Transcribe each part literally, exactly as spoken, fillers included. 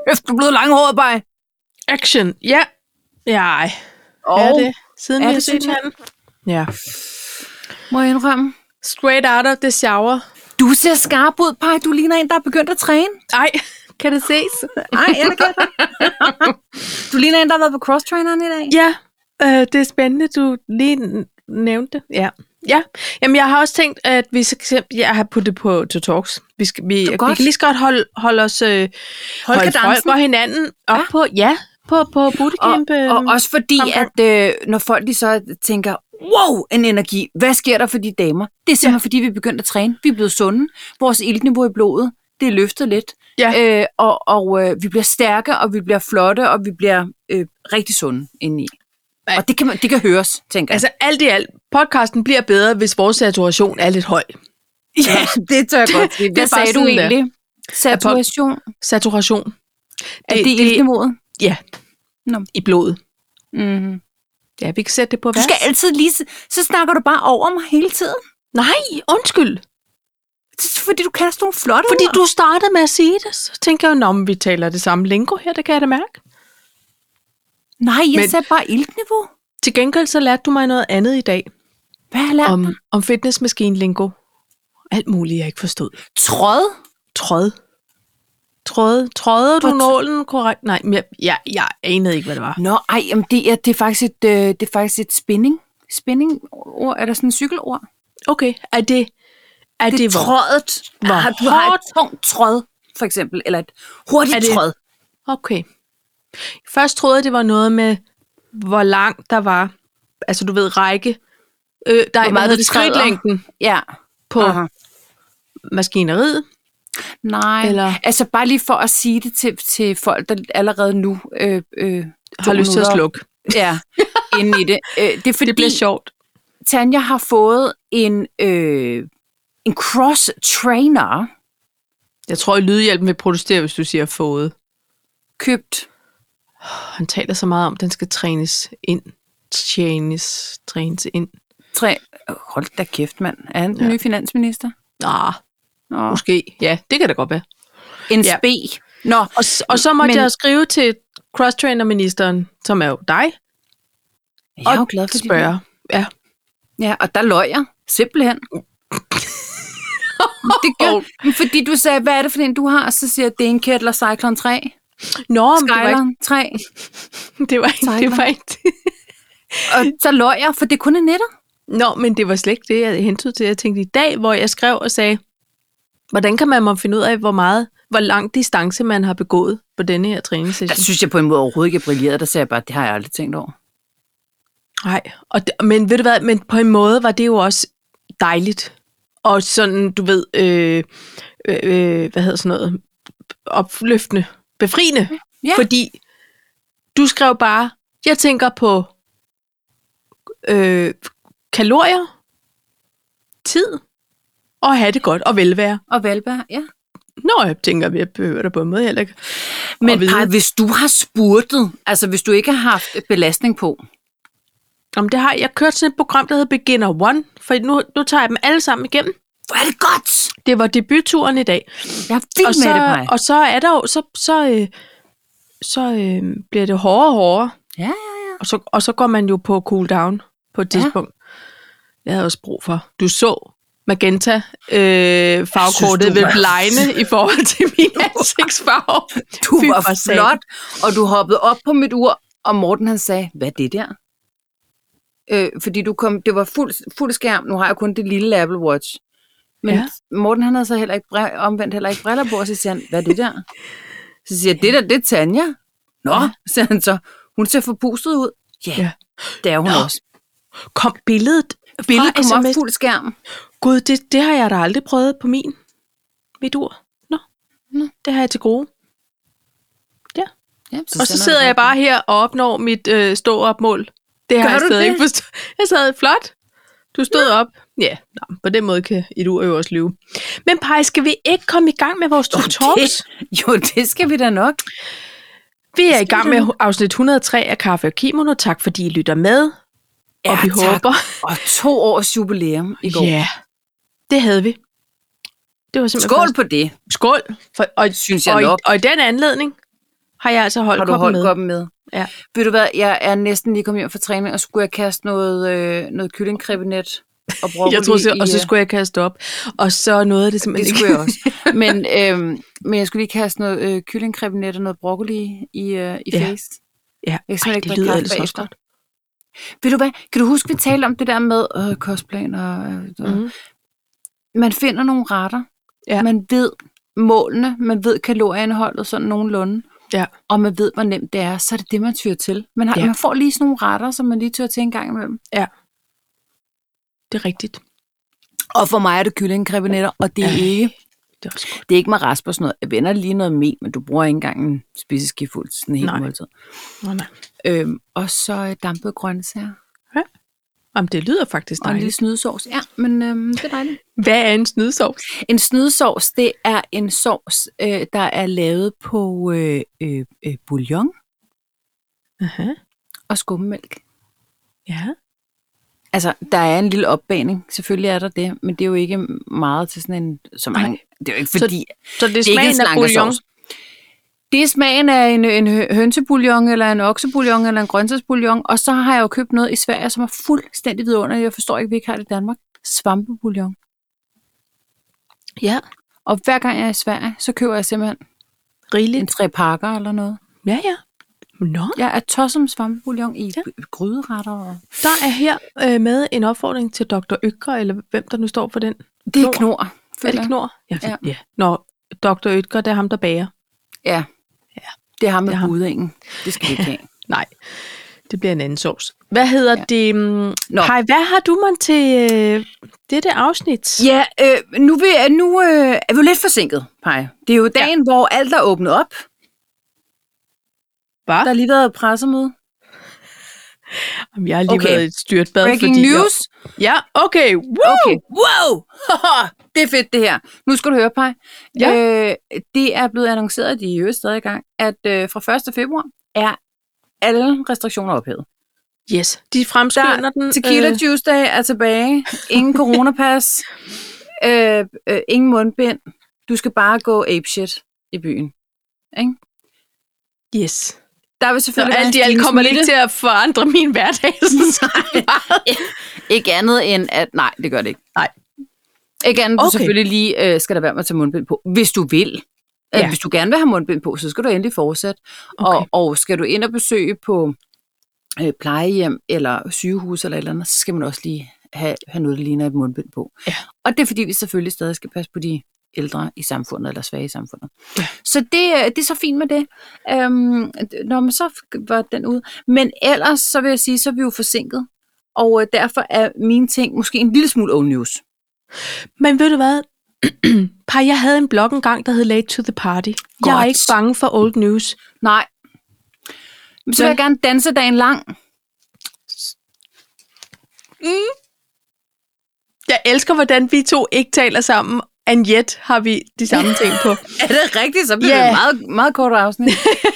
kæft, du er blevet langhåret, Paj. Action, ja. Ja, Og er det, siden er vi har det, set synes jeg? hinanden. Ja. Må jeg indrømme? Straight out of the shower. Du ser skarp ud, Paj. Du ligner en, der er begyndt at træne. Ej, kan det ses? Ej, ja, det kan jeg. Du ligner en, der har været på cross-traineren i dag. Ja, øh, det er spændende, du lige nævnte det. Ja. Ja, jamen jeg har også tænkt, at vi skal, jeg har puttet på to talks. Vi, skal, vi, vi kan lige så godt holde, holde os, øh, holde folk og hinanden op ja. på, ja, på, på bootcamp. Og, og også fordi, at øh, når folk de så tænker, wow, en energi, hvad sker der for de damer? Det er simpelthen, ja. fordi vi er begyndt at træne. Vi er blevet sunde. Vores iltniveau i blodet, det er løftet lidt. Ja. Øh, og og øh, vi bliver stærke, og vi bliver flotte, og vi bliver øh, rigtig sunde indeni. Og det kan, man, det kan høres, tænker jeg. Altså alt i alt, podcasten bliver bedre, hvis vores saturation er lidt høj. Ja, det tør jeg godt sige. Hvad sagde du egentlig? Der. Saturation? Saturation. Er det, det iltniveauet? Ja, no. i blodet. Mm-hmm. Ja, vi kan sætte det på vers. Du skal altid lige... Så snakker du bare over mig hele tiden. Nej, undskyld. Fordi du kaster nogle flotte Fordi ord. du startede med at sige det, så tænker jeg, nå, vi taler det samme lingo her, det kan jeg da mærke. Nej, jeg Men, sagde bare iltniveau. Til gengæld så lærte du mig noget andet i dag. Hvad har jeg lært? Om, om fitnessmaskine-lingo. Alt muligt, jeg ikke forstod. Tråd? Tråd. Tråd. Trådede du nålen korrekt? Nej, men jeg, jeg, jeg anede ikke, hvad det var. Nå, ej, jamen det, er, det, er faktisk et, øh, det er faktisk et spinning. Spinning-ord. Er der sådan en cykelord? Okay, er det... Er det, det trådet? Hvor har, du har et tungt tråd, for eksempel, eller et hurtigt det, tråd. Okay. Først troede jeg, det var noget med, hvor langt der var, altså du ved, række, øh, der er meget skridtlængden ja. på Aha. maskineriet. Nej, Eller... altså bare lige for at sige det til, til folk, der allerede nu øh, øh, har lyst til at slukke. Ja, inde i det. Øh, det er fordi, det bliver sjovt. Tanja har fået en... Øh, En cross-trainer. Jeg tror, at Lydhjælpen vil protestere, hvis du siger fået. Købt. Han taler så meget om, at den skal trænes ind. Trænes, trænes ind. Træ... Hold da kæft, mand. Er han den ja. nye finansminister? Ah, Nå. Måske. Ja, det kan da godt være. En ja. spe. Nå. Og, og så måtte Men... jeg skrive til cross-trainer-ministeren, som er jo dig. Jeg er jo glad for spørge. Ja. Ja, og der løg jeg. Simpelthen. Det gør, fordi du sagde, hvad er det for en, du har? Og så siger jeg, det er en Kettler Cyclone tre. Nå, men Skylon det var ikke... tre. Det var ikke... Det var ikke... Og så løg jeg, for det kun er netter. Nå, men det var slet ikke det, jeg hentede til. Jeg tænkte i dag, hvor jeg skrev og sagde, hvordan kan man finde ud af, hvor meget, hvor lang distance man har begået på denne her træningssession? Der synes jeg på en måde overhovedet ikke er brilleret. Der sagde jeg bare, det har jeg aldrig tænkt over. Nej, og det, men ved du hvad, men på en måde var det jo også dejligt. Og sådan, du ved, øh, øh, hvad hedder sådan noget, opløftende, befriende. Ja. Fordi du skrev bare, jeg tænker på øh, kalorier, tid, og have det godt, og velvære. Og velvære, ja. Nå, jeg tænker, jeg behøver det på en måde heller ikke. Men Paj, hvis du har spurtet, altså hvis du ikke har haft belastning på. Jamen, det har jeg kørt sådan et program, der hedder Beginner One, for nu, nu tager jeg dem alle sammen igennem. Hvor er det godt! Det var debutturen i dag. Jeg er vild og så, med det, Paj. Og så er der jo, så, så, øh, så øh, bliver det hårdere og hårdere. Ja, ja, ja. Og så, og så går man jo på cool down på et tidspunkt. Ja. Jeg havde også brug for. Du så Magenta øh, farvekortet ved blegne i forhold til min ansigtsfarve. Du Fy var flot, sagen. Og du hoppede op på mit ur, og Morten han sagde, hvad er det der? Øh, fordi du kom, det var fuld, fuld skærm. Nu har jeg kun det lille Apple Watch. Men ja. Morten han havde så heller ikke bre- omvendt heller ikke briller på, og så siger han, hvad er det der? Så siger jeg, det der, det er Tanja. Nå, ja. Siger han så, hun ser forpustet ud. Ja, ja. Det er hun Nå. Også. Kom billedet Billedet kom op fuld skærm. Gud, det, det har jeg da aldrig prøvet på min. Mit ur. Nå, Nå. Det har jeg til gode. Ja. ja så og så sidder jeg bare her og opnår mit øh, stå-op-mål. Det har Gør jeg stadig ikke forstået. Jeg sad flot. Du stod ja. Op. Ja, nå, på den måde kan et ur jo også lyve. Men Paj, skal vi ikke komme i gang med vores to talks? Jo, det skal vi da nok. Vi er i gang med afsnit et hundrede og tre af Kaffe og Kimono. Tak fordi I lytter med. Ja, og vi tak. Håber. Og to års jubilæum i går. Ja, det havde vi. Det var Skål først. På det. Skål. For, og, synes jeg og, nok. I, og i den anledning, har jeg altså holdt Har du koppen holdt med. koppen med? Ja. Ved du hvad, jeg er næsten lige kommet hjem fra træning, og skulle jeg kaste noget, øh, noget kyllingkrebinet og broccoli Jeg troede, i, og så skulle jeg kaste op. Og så noget af det simpelthen det skulle jeg også. Men, øh, men jeg skulle lige kaste noget øh, kyllingkrebinet og noget broccoli i, øh, i Ja. face. Ja, Jeg Ej, det lyder ellers også godt. Ved du hvad, kan du huske, vi talte om det der med øh, kostplaner? Og, og, Mm. man finder nogle retter. Ja. Man ved målene, man ved kalorieindholdet sådan nogenlunde. Ja. Og man ved, hvor nemt det er, så er det det, man tyrer til. Man, har, Ja. man får lige sådan nogle retter, som man lige tyrer til en gang imellem. Ja, det er rigtigt. Og for mig er det kyllingekrebinetter, og det er Ja. ikke Det er også godt. det er ikke med rasp og sådan noget. Jeg vender lige noget mel, men du bruger ikke engang en spiseskefuld sådan en Nej. hel måltid. Nå, nej. Øhm, og så øh, dampede grøntsager. Jamen, det lyder faktisk Og en lille dejligt. snydesovs. Ja, men øhm, det er dejligt. Hvad er en snydsovs? En snydesovs, det er en sovs, øh, der er lavet på øh, øh, øh, bouillon Aha. og skummelmælk. Ja. Altså, der er en lille opbagning. Selvfølgelig er der det, men det er jo ikke meget til sådan en... Så mange, Nej. det er jo ikke fordi... Så det er det er ikke en smagen af bouillon? slankersovs. Det er smagen af en, en hø- hønsebouillon, eller en oksebouillon, eller en grøntsagsbouillon. Og så har jeg jo købt noget i Sverige, som er fuldstændig vidunderligt. Jeg forstår ikke, at vi ikke har det i Danmark. Svampebouillon. Ja, Og hver gang jeg er i Sverige, så køber jeg simpelthen en rigeligt. tre pakker eller noget. Ja, ja. Nå. Jeg er tosset med svampebouillon i Ja. ja. gryderetter. Og... Der er her øh, med en opfordring til doktor Ytger, eller hvem der nu står for den. Det er knor. Er føler det jeg. knor? Ja. Ja. ja. Nå, doktor Ytger, det er ham, der bager. Ja. Ja. Det er ham med Det er ham. budingen. Det skal vi ikke have. Nej, det bliver en anden sovs. Hvad hedder Ja. ja. det? Um, Nå. Hej, hvad har du man til øh, dette afsnit? Ja, øh, nu, vil, nu øh, er vi jo lidt forsinket, Paj. Det er jo dagen, ja. hvor alt er åbnet op. Hvad? Der har lige været pressemøde. Jamen, jeg har lige Okay. været i et styrtbad. Breaking fordi news. Jeg... Ja, okay. Woo! Okay. Wow! Det er fedt, det her. Nu skal du høre, Paj. Ja. Øh, det er blevet annonceret, de er jo stadig i gang, at øh, fra første februar er alle restriktioner ophævet. Yes, de fremskynder den. Tequila øh, Tuesday er tilbage. Ingen coronapas. øh, øh, ingen mundbind. Du skal bare gå apeshit i byen. Ikke? Yes. Der vil Så selvfølgelig være alt i en alt stigende kommer det smitte. ikke til at forandre min hverdag. Så Ikke andet end, at nej, det gør det ikke. Nej. Ikke andet, du Okay. selvfølgelig lige øh, skal der være med at tage mundbind på, hvis du vil. Ja. Ja. Hvis du gerne vil have mundbind på, så skal du endelig fortsætte. Okay. Og, og skal du ind og besøge på øh, plejehjem eller sygehus eller et eller andet, så skal man også lige have, have noget, der ligner et mundbind på. Ja. Og det er fordi, vi selvfølgelig stadig skal passe på de ældre i samfundet, eller svage i samfundet. Ja. Så det, øh, det er så fint med det. Øhm, når man så var den ude. Men ellers, så vil jeg sige, så er vi jo forsinket. Og øh, derfor er mine ting måske en lille smule old news. Men ved du hvad? Par, jeg havde en blog engang, der hed Late to the Party. Godt. Jeg er Godt. ikke bange for old news. Nej. Men så vil Vel? jeg gerne danse dagen lang. Mm. Jeg elsker, hvordan vi to ikke taler sammen. And yet har vi de samme ting på. Er det rigtigt? Så bliver Ja. det et meget, meget kort afsnit.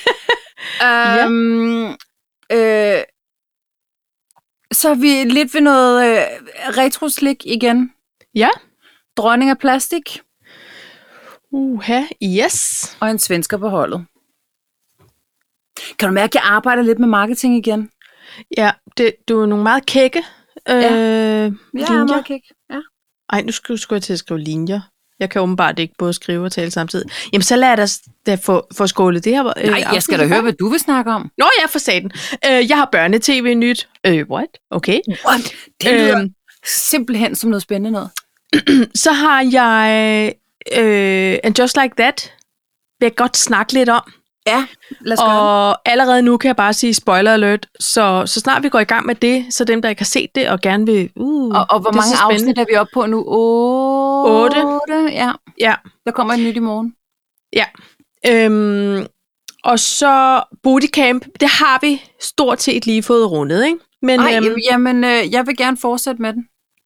um, øh, så er vi lidt ved noget øh, retroslik igen. Ja. Dronning af plastik Uha, yes. og en svensker på holdet. Kan du mærke, at jeg arbejder lidt med marketing igen? Ja, det, du er nogle meget kække øh, Ja. ja, Ja, linjer. meget kæk. Ja. Ej, nu skulle, skulle jeg til at skrive linjer. Jeg kan åbenbart ikke både skrive og tale samtidig. Jamen, så lad os da få, få skålet det her. Øh, Nej, jeg skal da høre, hvad du vil snakke om. Nå, jeg for satan. Øh, jeg har børnetv nyt. Øh, what? Okay. What? Det lyder Øhm. simpelthen som noget spændende noget. Så har jeg øh, And Just Like That. Vil jeg godt snakke lidt om. Ja, lad os gøre det. Og allerede nu kan jeg bare sige spoiler alert. Så, så snart vi går i gang med det, så dem, der ikke har set det og gerne vil... Uh, Og, og hvor det er mange så spændende. afsnit er vi oppe på nu? Otte. Otte. Ja, Ja. der kommer et nyt i morgen. Ja. Øhm, og så bootcamp, det har vi stort set lige fået rundet, ikke? Men Nej, øhm, jamen, øh, jeg vil gerne fortsætte med den.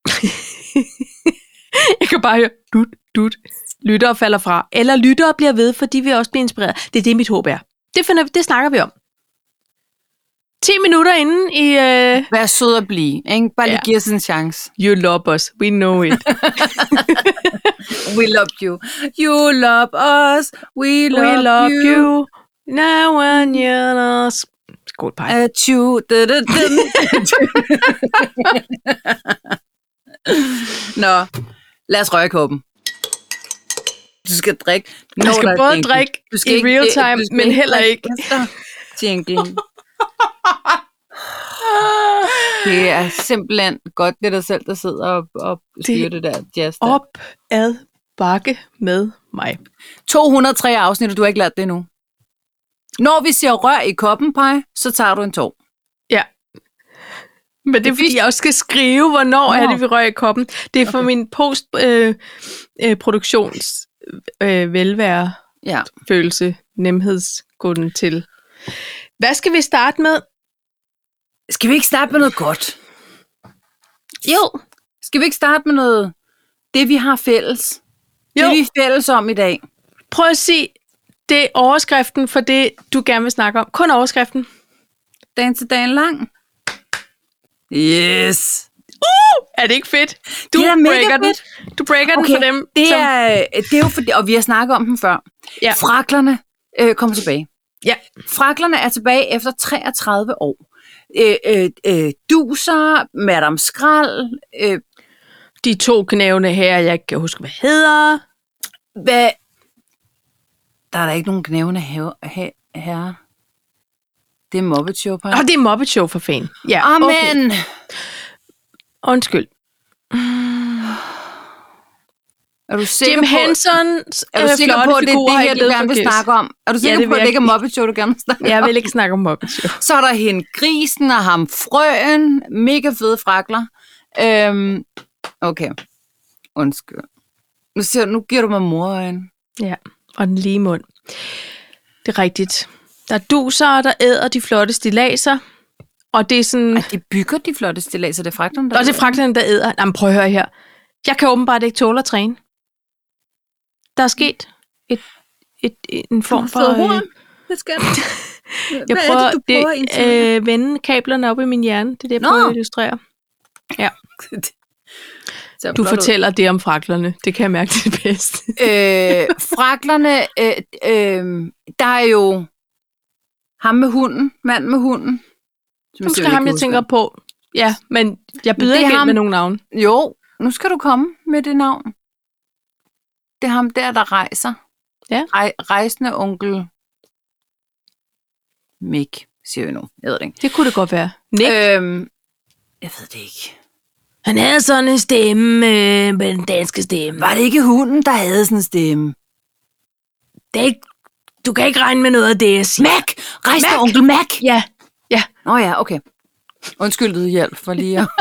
jeg kan bare høre, dut, dut, lyttere falder fra. Eller lyttere bliver ved, for de vil også blive inspireret. Det er det, mit håb er. Det, finder, vi- det snakker vi om. ti minutter inden i... Øh, Vær sød og blive, ikke? Bare lige Ja. give os en chance. you love us, we know it. We love you. You love us. We love, we love you. you. No one you know. Skål, Paj. At you. Da, da, da. Nå, lad os røge kåben. Du skal drikke. Du skal både drikke du skal i ikke, real time, det, men heller ikke. Jinglen. Det er simpelthen godt, det er dig selv, der sidder og, og styrer det, det der jazz der. Op ad bakke med mig. to hundrede og tre afsnit, og du har ikke lært det endnu. Når vi siger rør i koppen, Paj, så tager du en tår. Ja. Men det er, det fordi, jeg også skal skrive, hvornår Nå. er det, vi rører i koppen. Det er for okay. min postproduktions øh, øh, velvære ja. følelse, nemhedsgunden til. Hvad skal vi starte med? Skal vi ikke starte med noget godt? Jo. Skal vi ikke starte med noget, det vi har fælles? Jo. Det vi er fælles om i dag. Prøv at sige, det er overskriften for det, du gerne vil snakke om. Kun overskriften. Dagen til dagen lang. Yes. Uh, er det ikke fedt? Du det er breaker den. Du breaker okay, den for dem. Det som... er, det er jo fordi, og vi har snakket om dem før. Ja. Fraklerne øh, kommer tilbage. Ja. Fraklerne er tilbage efter treogtredive år. Øh, øh, øh, Duser, Madame Skrald. Øh, De to knævne her, jeg kan huske, hvad hedder. Hvad? Der er der ikke nogen knævne her. her. Det er Muppet Show, Paj. Åh, det er Muppet Show for fan. Ja, Amen. Okay. Undskyld. Er du sikker Jim på, Hensons er du sikker på, at det er det her, du gerne vil snakke om? Er du sikker ja, på, at det ikke er Muppet Show, du gerne vil snakke om? Jeg vil ikke snakke om Muppet Show. Så er der hende grisen og ham frøen. Mega fede frakler. Øhm, okay. Undskyld. Nu, ser, nu giver du mig morøjen. Ja, og den lige mund. Det er rigtigt. Der er duser, der æder de flotte stillaser. Og det er sådan... Ej, de bygger de flotte stillaser, det er fraklerne, der Og det er fraklerne, der æder. Jamen, prøv at høre her. Jeg kan åbenbart ikke tåle at træne. Der er sket et, et, en form for... Horn. Hvad skal du? Jeg prøver, er det, du prøver det, øh, vende kablerne op i min hjerne. Det er det, jeg prøver Nå. at illustrere. Ja. Du fortæller ud. det om fraklerne. Det kan jeg mærke det bedst. øh, fraklerne, øh, øh, der er jo ham med hunden, mand med hunden. Nu skal ham, jeg tænker på. Ja, men jeg byder ikke ind med nogen navn. Jo, nu skal du komme med det navn. Det er ham der, der rejser. Ja. Rej, rejsende onkel Mick, siger vi nu. Jeg ved det ikke. Det kunne det godt være. Nick? Øhm, jeg ved det ikke. Han havde sådan en stemme øh, med den danske stemme. Var det ikke hunden, der havde sådan en stemme? Det er ikke, du kan ikke regne med noget af det, jeg siger. Mac! Rejsende onkel Mac! Ja. Ja. Nå oh, ja, okay. Undskyld, det hjælp for lige at...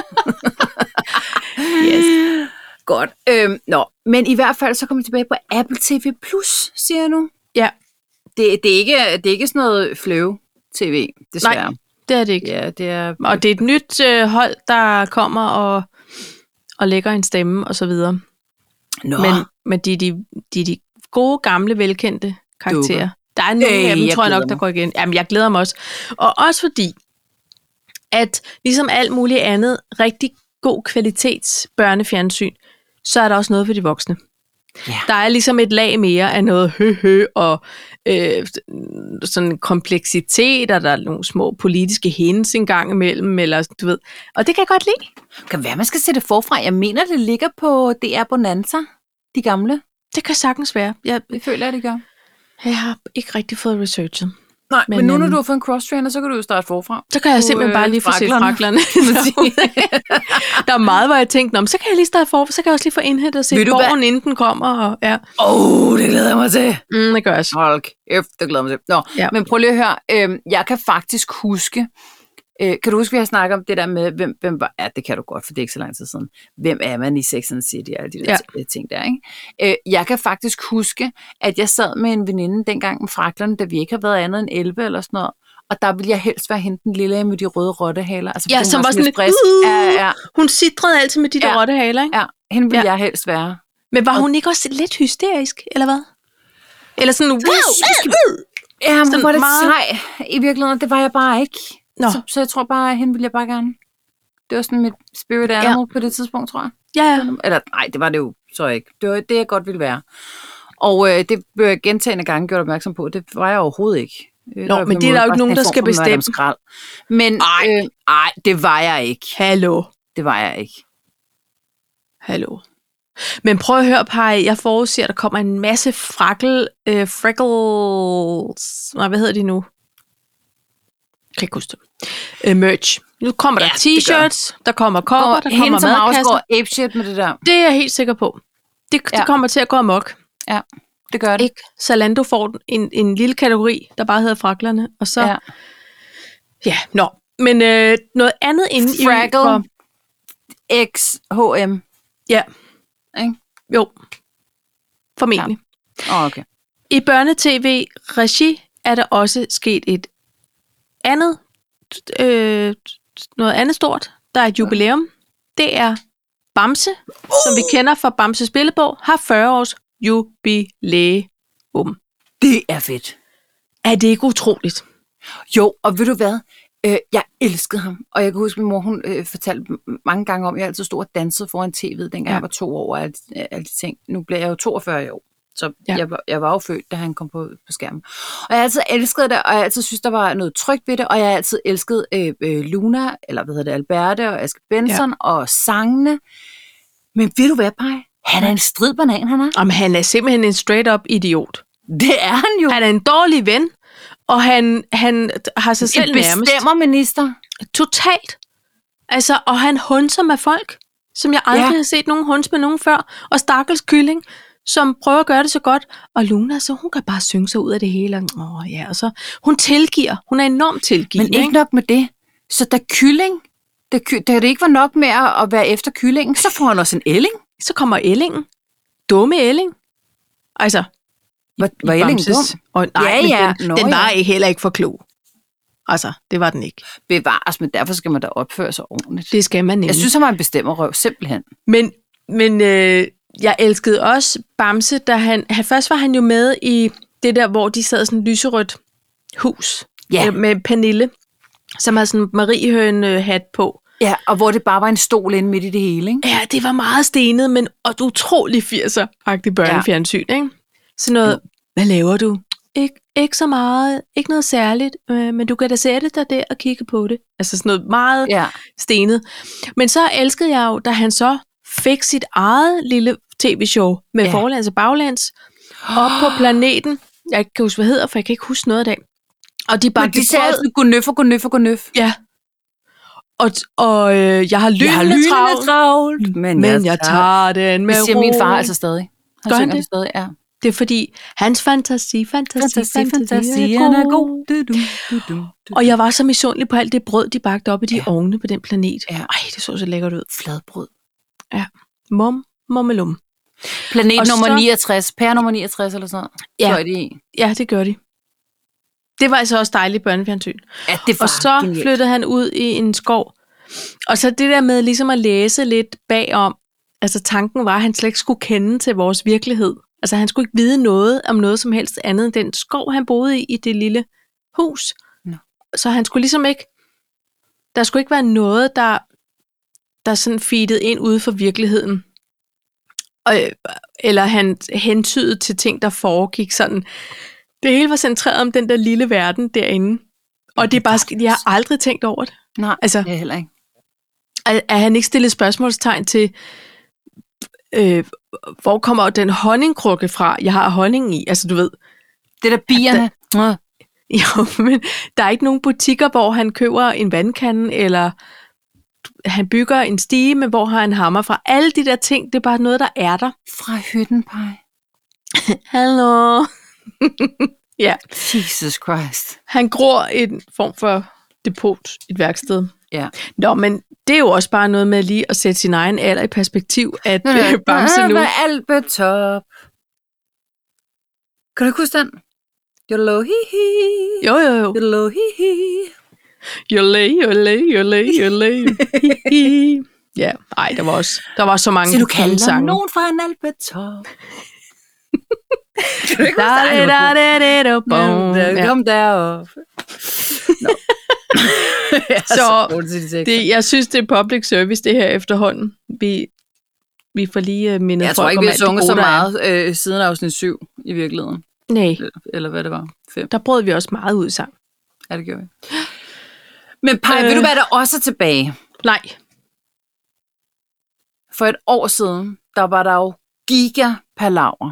yes. Godt. Øhm, nå, men i hvert fald så kommer vi tilbage på Apple T V Plus, siger jeg nu. Ja. Det, det, er, ikke, det er ikke sådan noget Flow-T V, desværre. Nej, det er det ikke. Ja, det er... Og det er et nyt øh, hold, der kommer og, og lægger en stemme og så videre. Nå. Men, men de er de, de, de gode, gamle, velkendte karakterer. Dukker. Der er nogle øh, af dem, tror jeg nok, mig. der går igen. Jamen, jeg glæder mig også. Og også fordi, at ligesom alt muligt andet, rigtig god kvalitets børnefjernsyn, så er der også noget for de voksne. Ja. Der er ligesom et lag mere af noget hø-hø og øh, sådan kompleksitet, og der er nogle små politiske hints en gang imellem, eller du ved. Og det kan jeg godt lide. Kan være, man skal sætte det forfra. Jeg mener, det ligger på D R Bonanza, de gamle. Det kan sagtens være. Jeg, det føler jeg, det gør. Jeg har ikke rigtig fået researchet. Nej, men, men nu når du har fået en cross-trainer, så kan du jo starte forfra. Så kan jeg simpelthen bare lige få set fraklerne. Der er meget, hvor jeg tænkte, så kan jeg lige starte forfra, så kan jeg også lige få indhentet og se borgen, inden den kommer. Og, ja. Oh, det glæder jeg mig til. Mm, det gør jeg også. Hold kæft, det glæder jeg mig til. Nå, ja. Men prøv lige at høre. Øh, jeg kan faktisk huske, øh, kan du huske, vi har snakket om det der med, hvem, hvem var, ja, det kan du godt, for det er ikke så lang tid siden. Hvem er man i Sex and the City og alle de der ja. ting der, ikke? Øh, jeg kan faktisk huske, at jeg sad med en veninde dengang med fraklerne, da vi ikke har været andet end elleve eller sådan noget, og der ville jeg helst være hende den lille med de røde rottehaler. Altså, ja, som var sådan lidt, frisk. Uh, ja, ja. Hun sidrede altid med de der ja. rottehaler, ikke? Ja, hende ville ja. jeg helst være. Men var og... hun ikke også lidt hysterisk, eller hvad? Eller sådan, wow, ja, hun var lidt meget... sej i virkeligheden, det var jeg bare ikke. Så, så jeg tror bare, at hende ville jeg bare gerne. Det var sådan mit spirit animal ja. på det tidspunkt, tror jeg. Ja, ja. Eller nej, det var det jo så ikke. Det var det, jeg godt ville være. Og øh, det blev jeg gentagne gange gjort opmærksom på. Det var jeg overhovedet ikke. Nå, men det er der jo ikke nogen, der skal bestemme. Men ej. Øh, ej, det var jeg ikke. Hallo. Det var jeg ikke. Hallo. Men prøv at høre, Paj, jeg forudser, at der kommer en masse frakkel, øh, freckles, nej, hvad hedder de nu? Jeg kan ikke huske det. Øh, merch. Nu kommer der ja, t-shirts, der kommer kopper, der kommer madkasser. Ape shit med det der. Det er jeg helt sikker på. Det, ja. det kommer til at gå amok. Ja, det gør det. Ikke? Zalando får en, en lille kategori, der bare hedder fraklerne, og så... Ja, ja nå. Men øh, noget andet inde i... Fraggle X H M. Ja. Ikke? Jo. Formentlig. Ja. Oh, okay. I børnetv-regi er der også sket et andet, øh, noget andet stort. Der er et jubilæum. Det er Bamse, uh! som vi kender fra Bamses Billedbog, har fyrre års jubilæum. Det er fedt. Er det ikke utroligt? Jo, og ved du hvad? Øh, jeg elskede ham, og jeg kan huske, at min mor hun, øh, fortalte mange gange om, at jeg altid stod og dansede foran tv'et, dengang ja. jeg var to år og alle, alle de ting. Nu bliver jeg jo toogfyrre år, så ja. jeg, var, jeg var jo født, da han kom på, på skærmen. Og jeg altid elskede det, og jeg altid synes, der var noget trygt ved det, og jeg altid elskede øh, øh, Luna, eller hvad hedder det, Alberte og Aske Benson ja. og sangene. Men ved du hvad, Paj? Han er en stridbanan, han er. Jamen, han er simpelthen en straight-up idiot. Det er han jo. Han er en dårlig ven. Og han, han har sig selv en nærmest. bestemmer minister. Totalt. Altså, og han hunser med folk, som jeg aldrig ja. har set nogen hunds med nogen før. Og stakkels kylling, som prøver at gøre det så godt. Og Luna, så hun kan bare synge sig ud af det hele. Åh, ja, og så, hun tilgiver. Hun er enormt tilgivende. Men ikke, ikke nok med det. Så da kylling, da, da det ikke var nok med at være efter kyllingen, så får han også en ælling. Så kommer ællingen. Dumme ælling. Altså... Var, var Ellingen dum? Og, nej, ja, ja. den, Nå, den var ja. ikke heller ikke for klog. Altså, det var den ikke. Bevares, men derfor skal man da opføre sig ordentligt. Det skal man nemlig. Jeg synes, han var en bestemmerrøv, simpelthen. Men, men øh, jeg elskede også Bamse, da han, han... Først var han jo med i det der, hvor de sad sådan et lyserødt hus. Ja. Med Pernille, som havde sådan en mariehøne-hat på. Ja, og hvor det bare var en stol inde midt i det hele, ikke? Ja, det var meget stenet, men og utrolig firser-agtig børnefjernsyn, ja. Ikke? Sådan noget, mm. hvad laver du? Ik- ikke så meget, ikke noget særligt, øh, men du kan da sætte dig der og kigge på det. Altså sådan noget meget ja. stenet. Men så elskede jeg jo, da han så fik sit eget lille tv-show med ja. forlands og baglands op på planeten. Jeg kan ikke huske, hvad hedder, for jeg kan ikke huske noget af det. Og de bare men de sagde altid, godnøf og godnøf og godnøf. Ja. Og, og øh, jeg har lynende, jeg har lynende travlt, travlt, men, men jeg, jeg tager den med ro. Det siger min far altså stadig. Han Gør synger det? det stadig, ja. Det er fordi, hans fantasi, fantasi, fantasi, fantasi, fantasi er, er god. Du, du, du, du, du. Og jeg var så misundelig på alt det brød, de bagte op i de ja. ovne på den planet. Ja. Ej, det så så lækkert ud. Fladbrød. Ja. Mum, mummelum. Planet og nummer så, niogtres, pære nummer niogtres eller sådan ja. noget. De ja, det gør de. Det var altså også dejligt børnefjernsyn. Ja, det var og så genialt. Flyttede han ud i en skov. Og så det der med ligesom at læse lidt bagom, altså tanken var, at han slet ikke skulle kende til vores virkelighed. Altså han skulle ikke vide noget om noget som helst andet end den skov, han boede i, i det lille hus. No. Så han skulle ligesom ikke, der skulle ikke være noget, der, der sådan feedede ind ude for virkeligheden. Og, eller han hentydede til ting, der foregik sådan. Det hele var centreret om den der lille verden derinde. Og det er bare, jeg har aldrig tænkt over det. Nej, altså, det er heller ikke. Er, er han ikke stillet spørgsmålstegn til, øh, hvor kommer den honningkrukke fra, jeg har honning i? Altså, du ved. Det der bierne. Der, jo, men der er ikke nogen butikker, hvor han køber en vandkande, eller han bygger en stige, men hvor har han hammer fra. Alle de der ting, det er bare noget, der er der. Fra hytten, Paj. Hallo. Ja. Jesus Christ. Han gror en form for depot, et værksted. Ja. Nå, men det er jo også bare noget med lige at sætte sin egen alder i perspektiv, at øh, Bamse nu... Albetop. Kan du ikke huske den? Jolo hi hi. Jo, jo, jo. Jolo hi hi. Jole, jole, jole, jole, hi. Ja, ej, der var også der var så mange sange. Så du kalder sange. Nogen fra en albetop. Kom derop. Så det, jeg synes, det er public service, det her efterhånden. Vi, vi får lige uh, mindet jeg folk om alt det gode, Jeg tror ikke, vi har sunget så meget øh, siden afsnit syv i virkeligheden. Nej. Eller hvad det var. Fem. Der brød vi også meget ud sammen. Ja, det gjorde vi. Men Paj, øh... ved du hvad der også er tilbage? Nej. For et år siden, der var der jo gigapalaver.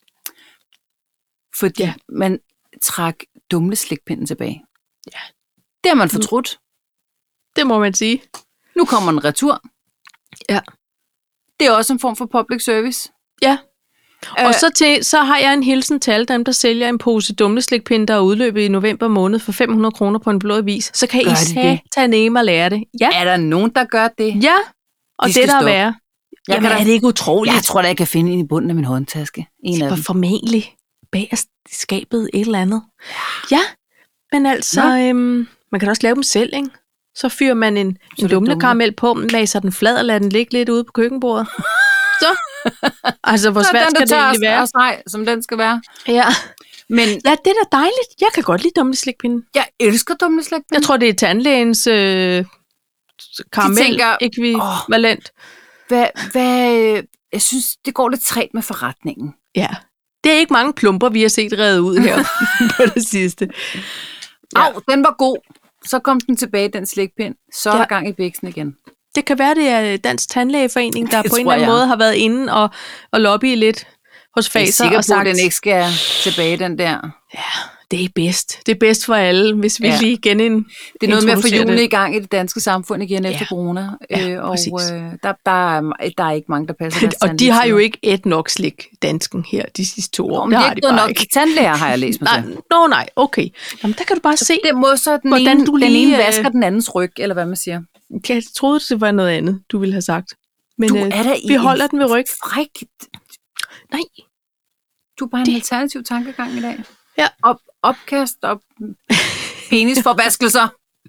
Fordi ja. man trak dumleslikpinden tilbage. Ja. Det har man fortrudt. Det må man sige. Nu kommer en retur. Ja. Det er også en form for public service. Ja. Og øh, så, til, så har jeg en hilsen til alle dem, der sælger en pose dumleslikpinde, der er udløbet i november måned for fem hundrede kroner på en blå avis. Så kan I tage nemme og lære det. Ja. Er der nogen, der gør det? Ja, og De det der er værre. Jamen, kan er det ikke utroligt? Jeg tror da, jeg kan finde en i bunden af min håndtaske. En det var formentlig bagerst i skabet et eller andet. Ja, men altså, øhm, man kan også lave dem selv, ikke? Så fyrer man en, en dumlekaramel på, maser den flad og lader den ligge lidt ude på køkkenbordet. Så, altså, hvor svært skal det egentlig være? Nej, som den skal være. Ja. Men ja, det er da dejligt. Jeg kan godt lide dumleslikpinde. Jeg elsker dumleslikpinde. Jeg tror, det er tandlægens øh, karamel-ekvivalent. Oh, hvad, hvad, jeg synes, det går lidt træt med forretningen. Ja. Det er ikke mange plumper, vi har set revet ud her på det sidste. Ja. Au, den var god. Så kom den tilbage, den slikpind. Så er ja. der gang i bæksen igen. Det kan være, det er Dansk Tandlægeforening, der på en eller anden jeg. måde har været inde og, og lobby lidt hos Faser. Jeg er og sikker på, sagt, at den ikke skal tilbage, den der. Ja, det er bedst. Det er bedst for alle, hvis vi ja. lige igen ind. Det er noget med at få hjulene i gang i det danske samfund igen efter ja. corona. Ja, øh, og øh, der, der, er, der er ikke mange, der passer deres Og de har jo ikke et nok slik, dansken her, de sidste to år. Nå, men det er ikke noget nok tandlæger, har jeg læst mig til. Nå nej, okay. Jamen, der kan du bare så se, det må så den hvordan ene, du lige, den ene vasker den andens ryg, eller hvad man siger. Jeg troede, det var noget andet, du ville have sagt. Men du øh, er vi holder den ved ryg. Frækt. Nej. Du er bare det. en alternativ tankegang i dag. Ja. Op, opkast og penisforbaskelser.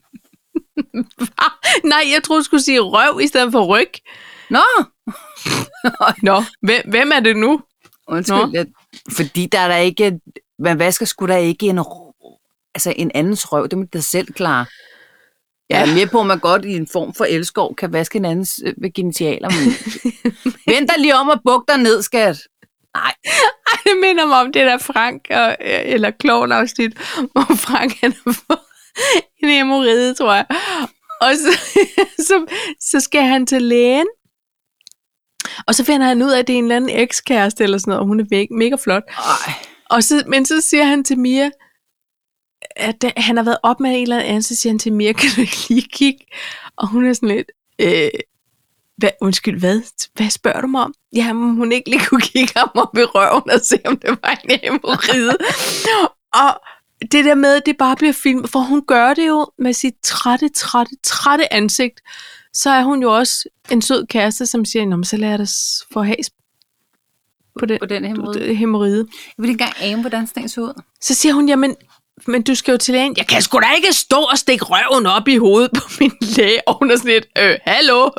Nej, jeg troede, du skulle sige røv i stedet for ryg. Nå. Nå, hvem, hvem er det nu? Undskyld, jeg, fordi der er der ikke, man vasker sgu da ikke en, altså en andens røv, det må du selv klare. Jeg er med på, at man godt i en form for elskov kan vaske en andens øh, genitaler. Vent dig lige om og buk dig ned, skat. Nej. Ej, det minder mig om det der Frank, og, eller klovn-afsnit, hvor Frank han har fået en hemorrhide, tror jeg. Og så, så, så skal han til lægen. Og så finder han ud af, at det er en eller anden ekskæreste eller sådan noget, og hun er mega, mega flot. Ej. Og så, men så siger han til Mia, at det, han har været op med en eller anden, så siger han til Mia, kan du ikke lige kigge? Og hun er sådan lidt, øh, hvad, undskyld, hvad? Hvad spørger du mig om? Jamen, hun ikke lige kunne kigge ham op i røven og se, om det var en hemorrhide. Og det der med, at det bare bliver filmet, for hun gør det jo med sit trætte, trætte, trætte ansigt, så er hun jo også en sød kæreste, som siger, nå, men så lader jeg dig få has på den, på den hemorrhide. hemorrhide. Jeg vil ikke engang ane, hvordan den så ud. Så siger hun, jamen, men du skal jo til lægen. Jeg kan sgu da ikke stå og stikke røven op i hovedet på min læge. Og hun er sådan lidt, øh, hallo?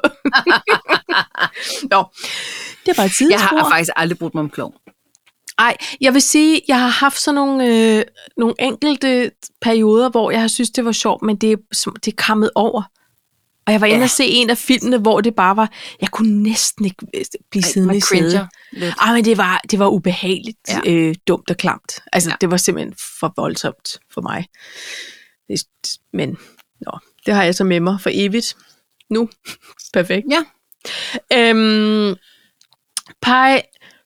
Nå, det var et sidespor. Jeg har faktisk aldrig brugt mig om klovn. Ej, jeg vil sige, jeg har haft sådan nogle, øh, nogle enkelte perioder, hvor jeg har synes det var sjovt, men det, det er kammet over. Og jeg var inde ja. og se en af filmene, hvor det bare var, jeg kunne næsten ikke blive siddende i sædet. Ej, men det var, det var ubehageligt, ja. øh, dumt og klamt. Altså, ja. det var simpelthen for voldsomt for mig. Det, men, nå, det har jeg så med mig for evigt. Nu. Perfekt. Ja. Øhm, Paj,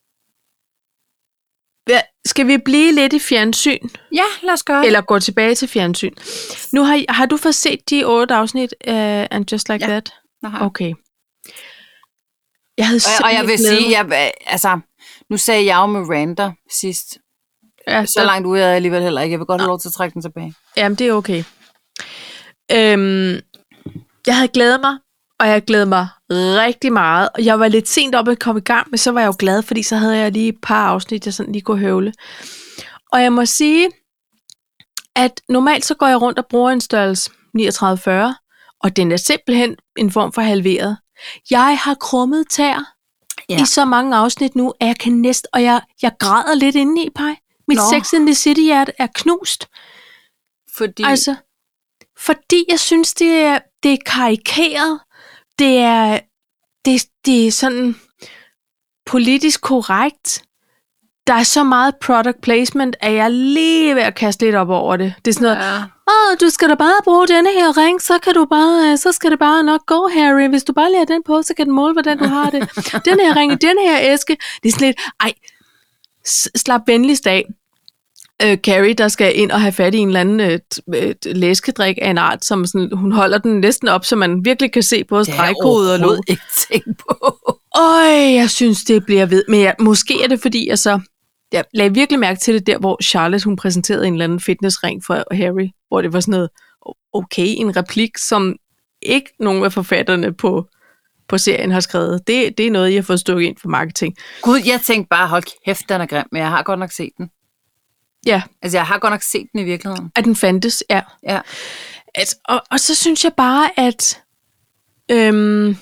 skal vi blive lidt i fjernsyn? Ja, lad os gøre det. Eller gå tilbage til fjernsyn. Nu har, har du fået set de otte afsnit af uh, And Just Like ja, That? Ja, okay. Jeg havde og, og jeg vil sige, jeg, altså, nu sagde jeg jo Miranda sidst. Ja, så, så langt ude er jeg alligevel heller ikke. Jeg vil godt have lov til at trække den tilbage. Jamen, det er okay. Øhm, jeg havde glædet mig, og jeg glædede mig rigtig meget. Og jeg var lidt sent op at komme i gang, men så var jeg jo glad, fordi så havde jeg lige et par afsnit, jeg sådan lige kunne høvle. Og jeg må sige, at normalt så går jeg rundt og bruger en størrelse niogtredive fyrre, og den er simpelthen en form for halveret. Jeg har krummet tær ja. i så mange afsnit nu, at jeg kan næsten, og jeg, jeg græder lidt indeni, Paj. Mit Nå. Sex and the City-hjerte er knust. Fordi? Altså, fordi jeg synes, det er, det er karikeret. Det er, det, det er sådan politisk korrekt. der er så meget product placement, at jeg er lige ved at kaste lidt op over det. Det er sådan noget, ja. Åh, du skal da bare bruge denne her ring, så kan du bare, så skal det bare nok gå, Harry. Hvis du bare lærer den på, så kan den måle, hvordan du har det. Den her ring, den her æske. Det er sådan lidt, ej, slap venligst af. Øh, Carrie, der skal ind og have fat i en eller anden øh, øh, læskedrik af en art, som sådan, hun holder den næsten op, så man virkelig kan se både stregkode og låd. Det ikke tænkt på. Øj, jeg synes, det bliver ved. Men jeg, måske er det, fordi jeg så... Jeg lagde virkelig mærke til det der, hvor Charlotte, hun præsenterede en eller anden fitnessring for Harry, hvor det var sådan noget, okay, en replik, som ikke nogen af forfatterne på, på serien har skrevet. Det, det er noget, jeg har fået stukket ind for marketing. Gud, jeg tænkte bare, hold kæft, den er grim, men jeg har godt nok set den. Ja. Altså, jeg har godt nok set den i virkeligheden. At den fandtes, ja. Ja. At, og, og så synes jeg bare, at... Øhm,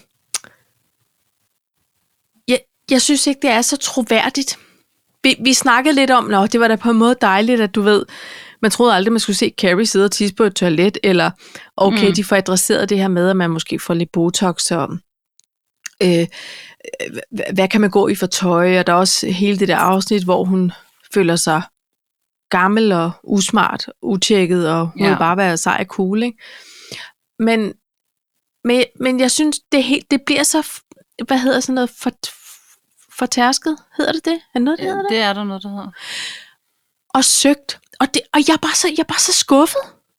jeg, jeg synes ikke, det er så troværdigt. Vi, vi snakkede lidt om, nå, det var da på en måde dejligt, at du ved, man troede aldrig, man skulle se Carrie sidde og tisse på et toilet, eller okay, mm. de får adresseret det her med, at man måske får lidt botox, og øh, hvad kan man gå i for tøj, og der er også hele det der afsnit, hvor hun føler sig gammel og usmart, utjekket, og hun ja. vil bare være sej og cool, ikke? Men, men, men jeg synes, det, helt, det bliver så, hvad hedder sådan noget, for, fortærsket, hedder det det? Er det noget, det ja, hedder det? Det er der noget, der hedder. Og søgt. Og, det, og jeg, er bare så, jeg er bare så skuffet.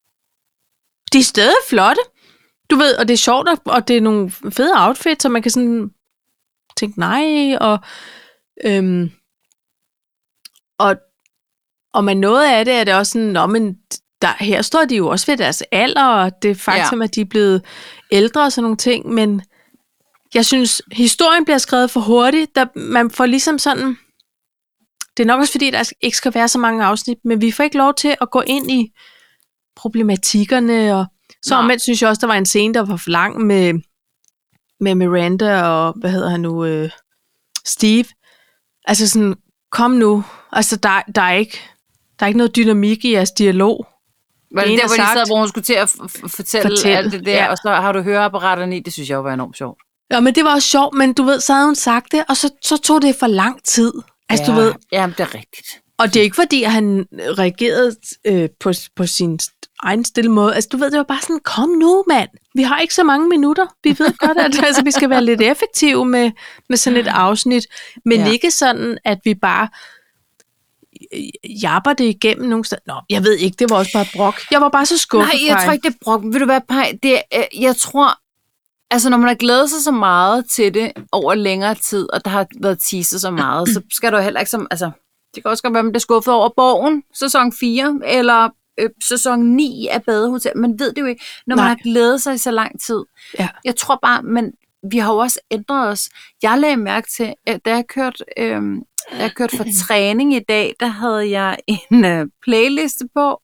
De er stadig flotte. Du ved, og det er sjovt, og det er nogle fede outfits, så man kan sådan tænke nej, og øhm, og, og med noget af det er det også sådan, nå, men der, her står de jo også ved deres alder, og det er faktisk, ja. at de er blevet ældre og sådan nogle ting, men jeg synes, historien bliver skrevet for hurtigt. Der, man får ligesom sådan... Det er nok også fordi, der ikke skal være så mange afsnit, men vi får ikke lov til at gå ind i problematikkerne. Og så omvendt synes jeg også, der var en scene, der var for lang med, med Miranda og, hvad hedder han nu, øh, Steve. Altså sådan, kom nu. Altså, der, der, er ikke, der er ikke noget dynamik i jeres dialog. Var det, det der, hvor de sad, hvor hun skulle til at f- f- fortælle, fortælle alt det der, ja. Og så har du høreapparaterne i, det synes jeg jo var enormt sjovt. Ja, men det var også sjovt, men du ved, så havde hun sagt det, og så, så tog det for lang tid. Altså, ja, du ved. Jamen, det er rigtigt. Og det er ikke fordi, at han reagerede øh, på, på sin egen stille måde. Altså, du ved, det var bare sådan, kom nu, mand. Vi har ikke så mange minutter. Vi ved godt, at altså, vi skal være lidt effektive med, med sådan et afsnit. Men ja. Ikke sådan, at vi bare japper det igennem nogle steder. Nå, jeg ved ikke, det var også bare brok. Jeg var bare så skuffet. Nej, jeg tror ikke, det er brok. Vil du være Paj? Det er, jeg tror... Altså, når man har glædet sig så meget til det over længere tid, og der har været teaser så meget, så skal du heller ikke som... Altså, det kan også godt være, at man bliver skuffet over Borgen, sæson fire, eller øh, sæson ni af Badehotel. Man ved det jo ikke, når Nej. man har glædet sig i så lang tid. Ja. Jeg tror bare, men vi har jo også ændret os. Jeg lagde mærke til, at da jeg kørte, øh, da jeg kørte for træning i dag, der havde jeg en øh, playliste på,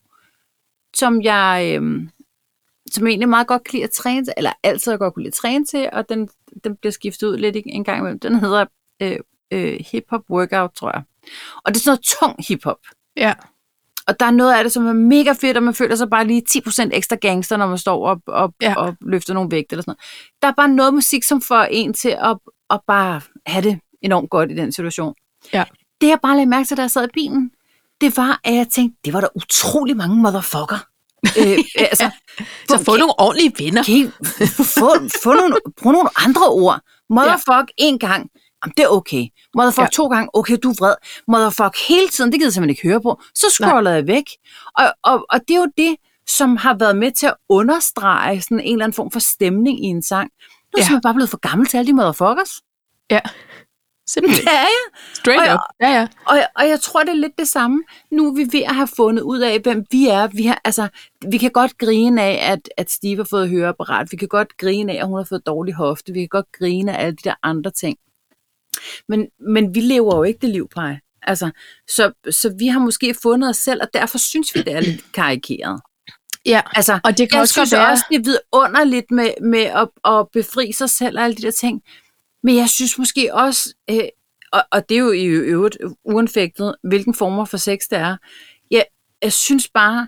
som jeg... Øh, som jeg egentlig meget godt kan lide at træne til, eller altid godt kunne lide at træne til, og den, den bliver skiftet ud lidt en gang imellem. Den hedder øh, øh, hip-hop workout, tror jeg. Og det er sådan noget tung hip-hop. Ja. Og der er noget af det, som er mega fedt, og man føler sig bare lige ti procent ekstra gangster, når man står op og, ja. og løfter nogle vægte eller sådan noget. Der er bare noget musik, som får en til at, at bare have det enormt godt i den situation. Ja. Det jeg bare lagde mærke til, da jeg sad i bilen, det var, at jeg tænkte, det var der utrolig mange motherfucker. øh, altså, så få kan, nogle ordentlige venner. Kan, få, få nogle, brug nogle andre ord. Motherfuck ja. en gang, jamen, det er okay. Motherfuck ja. to gange, okay, du er vred. Motherfuck hele tiden, det gider jeg simpelthen ikke høre på. Så scroller jeg væk. Og, og, og det er jo det, som har været med til at understrege sådan en eller anden form for stemning i en sang. Nu er ja. jeg bare blevet for gammel til alle de motherfuckers. Ja. Simpelthen. Ja, ja. Straight og, up. Ja, ja. Og, og, og jeg tror, det er lidt det samme. Nu er vi ved at have fundet ud af, hvem vi er. Vi, har, altså, vi kan godt grine af, at, at Steve har fået høreapparat. Vi kan godt grine af, at hun har fået dårlig hofte. Vi kan godt grine af alle de der andre ting. Men, men vi lever jo ikke det liv, Paj. Altså, så, så vi har måske fundet os selv, og derfor synes vi, det er lidt karikeret. Ja, altså, og det kan jeg også synes være... også, det er vidunderligt med, med at, at befri sig selv og alle de der ting. Men jeg synes måske også, øh, og, og det er jo i øvrigt uanfægtet, hvilken former for sex det er. Jeg, jeg synes bare,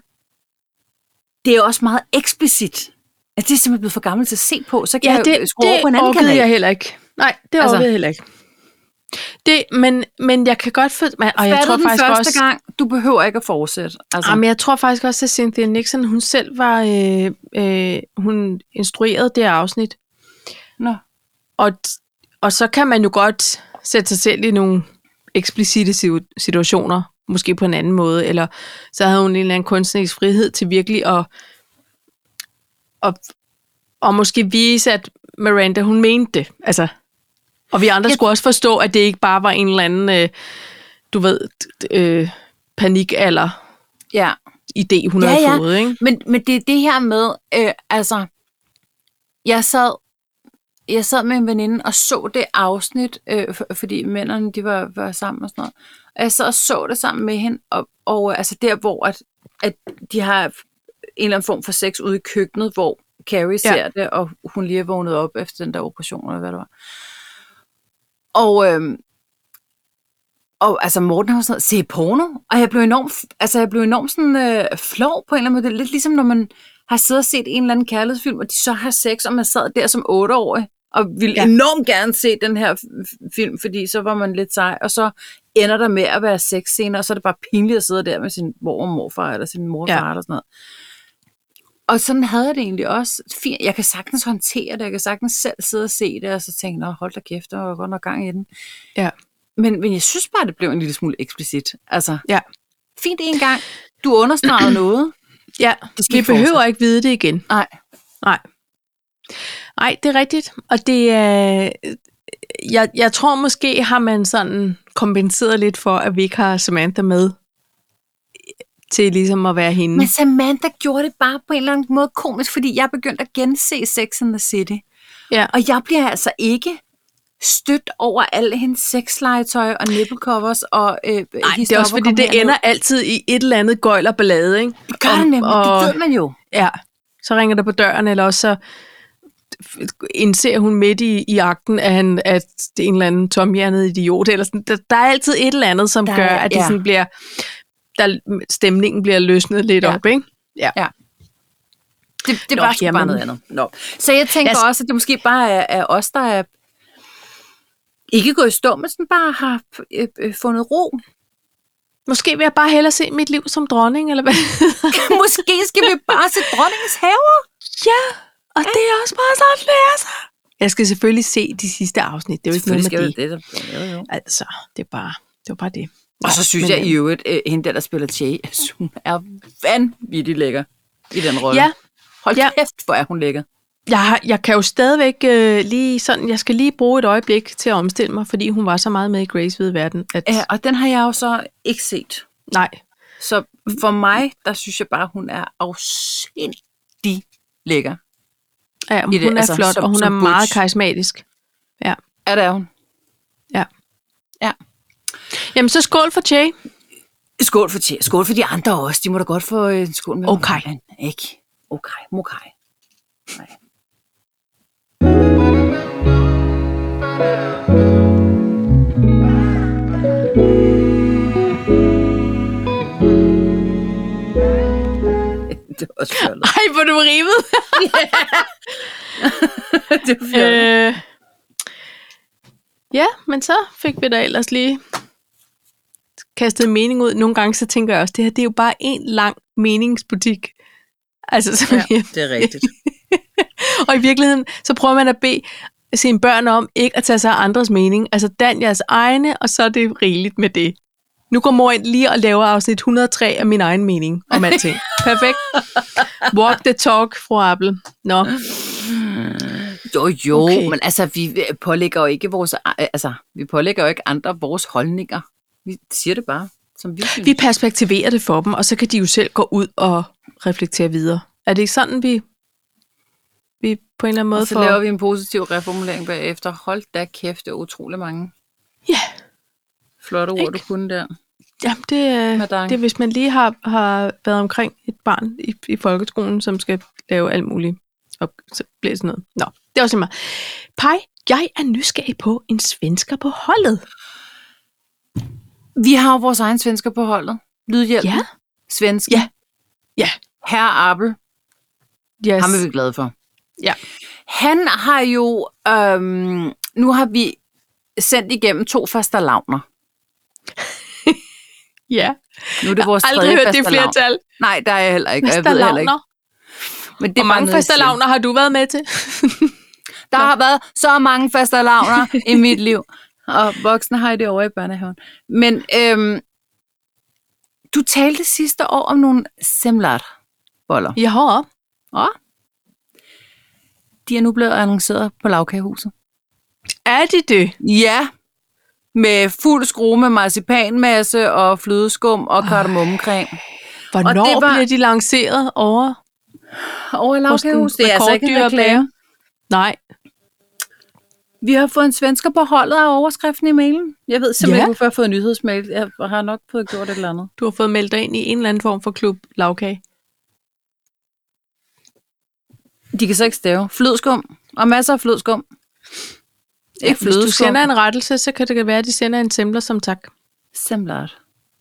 det er også meget eksplicit. Altså, det er simpelthen blevet for gammelt til at se på, så kan ja, jeg det, jo skrue over på en anden kanal. Det jeg heller ikke. Nej, det altså, overvede jeg heller ikke. Det, men, men jeg kan godt for... Og jeg Fattede tror den faktisk første også... gang, du behøver ikke at fortsætte. Altså, og jeg tror den faktisk første også... gang, du behøver ikke at fortsætte. Altså. Jamen, jeg tror faktisk også, at Cynthia Nixon, hun selv var... Øh, øh, hun instruerede det afsnit. Nå. Og, og så kan man jo godt sætte sig selv i nogle eksplicite situationer, måske på en anden måde, eller så havde hun en eller anden kunstnerisk frihed til virkelig at, at, at måske vise, at Miranda, hun mente det. Altså, og vi andre jeg... skulle også forstå, at det ikke bare var en eller anden, øh, du ved, øh, panikalder ja. idé, hun ja, havde ja. fået. Ikke? Men, men det er det her med, øh, altså, jeg sad Jeg sad med en veninde og så det afsnit, øh, for, fordi mændene de var, var sammen og sådan noget. Og jeg sad og så det sammen med hende, og, og altså der, hvor at, at de har en eller anden form for sex ude i køkkenet, hvor Carrie ser ja. det, og hun lige er vågnet op efter den der operation, eller hvad det var. Og, øh, og altså Morten har sådan noget, se porno, og jeg blev enormt, altså jeg blev enormt sådan øh, flov på en eller anden måde. Det er lidt ligesom, når man har siddet og set en eller anden kærlighedsfilm, og de så har sex, og man sad der som otteårig, og ville ja. enormt gerne se den her f- film, fordi så var man lidt sej, og så ender der med at være sexscener, og så er det bare pinligt at sidde der med sin mor og morfar, eller sin morfar, ja. eller sådan noget. Og sådan havde jeg det egentlig også. Fint. Jeg kan sagtens håndtere det, jeg kan sagtens selv sidde og se det, og så tænke, nå, hold da kæft, der var godt nok gang i den. Ja. Men, men jeg synes bare, det blev en lille smule eksplicit. Altså, ja. fint en gang, du understregede noget. Ja, vi behøver ikke vide det igen. Nej. Nej. Nej, det er rigtigt. Og det er... Jeg, jeg tror måske, har man sådan kompenseret lidt for, at vi ikke har Samantha med til ligesom at være hende. Men Samantha gjorde det bare på en eller anden måde komisk, fordi jeg begyndte at gense Sex and the City. Ja. Og jeg bliver altså ikke stødt over alle hendes sexlegetøj og nipplecovers og øh, nej, det er også fordi, det ender altid i et eller andet gøjl og ballade, ikke? Det gør det nemlig, og, det ved man jo. Ja, så ringer der på døren, eller også så indser hun midt i, i akten, at, han, at det er en eller anden tomhjernet idiot, eller sådan. Der, der er altid et eller andet, som der, gør, at det ja. sådan bliver, der, stemningen bliver løsnet lidt ja. op, ikke? Ja. ja. Det, det Nå, var sgu bare noget andet. Nå. Så jeg tænker jeg... også, at det måske bare er, er os, der er ikke gået i stå, men sådan bare har øh, øh, fundet ro. Måske vil jeg bare hellere se mit liv som dronning, eller hvad? Måske skal vi bare se dronningens haver. Ja, og det er også bare sådan, det er så. Jeg skal selvfølgelig se de sidste afsnit. Det er jo ikke noget med det. det, det jo, jo. Altså, det er bare det var bare det. Og så synes men, jeg i øvrigt, at hende der, der spiller Jay, hun er vanvittigt lækker i den rolle. Ja. Hold ja. kæft, hvor er hun lækker. Jeg, har, jeg kan jo stadigvæk øh, lige sådan, jeg skal lige bruge et øjeblik til at omstille mig, fordi hun var så meget med i Grace ved verden. At... Ja, og den har jeg jo så ikke set. Nej. Så for mig, der synes jeg bare, hun er afsindig lækker. Ja, hun det, er altså, flot, som, og hun er butch. Meget karismatisk. Ja. Ja, det er hun. Ja. Ja. Jamen, så skål for Jay. Skål for Jay. Skål for de andre også. De må da godt få en skål med. Okay. Men ikke. Okay, okay. Nej. Det var også fjollet. Ej, hvor du rimet. Det var fjollet. Øh, ja, men så fik vi da ellers lige kastet mening ud. Nogle gange så tænker jeg også, det her det er jo bare en lang meningsbutik. Altså, så ja, jeg... det er rigtigt. Og i virkeligheden, så prøver man at bede sine børn om ikke at tage sig af andres mening. Altså, dan jeres egne, og så er det rigeligt med det. Nu går mor ind lige og laver afsnit et hundrede og tre af min egen mening om alting. Perfekt. Walk the talk, fru Appel. Nå. Jo, jo, okay. Men altså, vi pålægger jo ikke vores, altså, vi pålægger jo ikke andre vores holdninger. Vi siger det bare, som vi synes. Vi perspektiverer det for dem, og så kan de jo selv gå ud og reflektere videre. Er det ikke sådan, vi, vi på en eller anden måde og så får... laver vi en positiv reformulering bagefter. Hold da kæft, det er utrolig mange. Ja. Flotte ord, du kunne der. Ja, det er, det er, hvis man lige har, har været omkring et barn i, i folkeskolen, som skal lave alt muligt. Og så bliver sådan noget. Nå, det er også meget. Pej, jeg er nysgerrig på en svensker på holdet. Vi har jo vores egen svensker på holdet. Lydhjælpen. Ja. Svenske. Ja. Ja. Herre Appel. Yes. Ham er vi glade for. Ja. Han har jo... Øhm, nu har vi sendt igennem to fastelavner. Ja. Nu er det vores jeg har aldrig hørt det fastelavn. flertal. Nej, der er jeg heller ikke. Jeg ved heller ikke. Men det Hvor mange fastelavner har du været med til? Der har været så mange fastelavner i mit liv. Og voksne har I det over i børnehaven. Men øhm, du talte sidste år om nogle semlatboller. Jeg har. Ja. De er nu blevet annonceret på Lagkagehuset. Er de det? Ja. Med fuld skrue med marcipanmasse og flødeskum og kardemommecreme. Hvornår og var... bliver de lanceret over? Over Lagkagehuset. Det er altså ikke en reklame. Nej. Vi har fået en svensker på holdet af overskriften i mailen. Jeg ved simpelthen ikke, hvorfor jeg har fået en nyhedsmail. Jeg har nok fået gjort et eller andet. Du har fået meldt dig ind i en eller anden form for klub lagkage. De kan så ikke stave. Flødeskum. Og masser af flødeskum. Ja, ikke flødeskum. Hvis du sender en rettelse, så kan det være, at de sender en semler som tak. Semlart.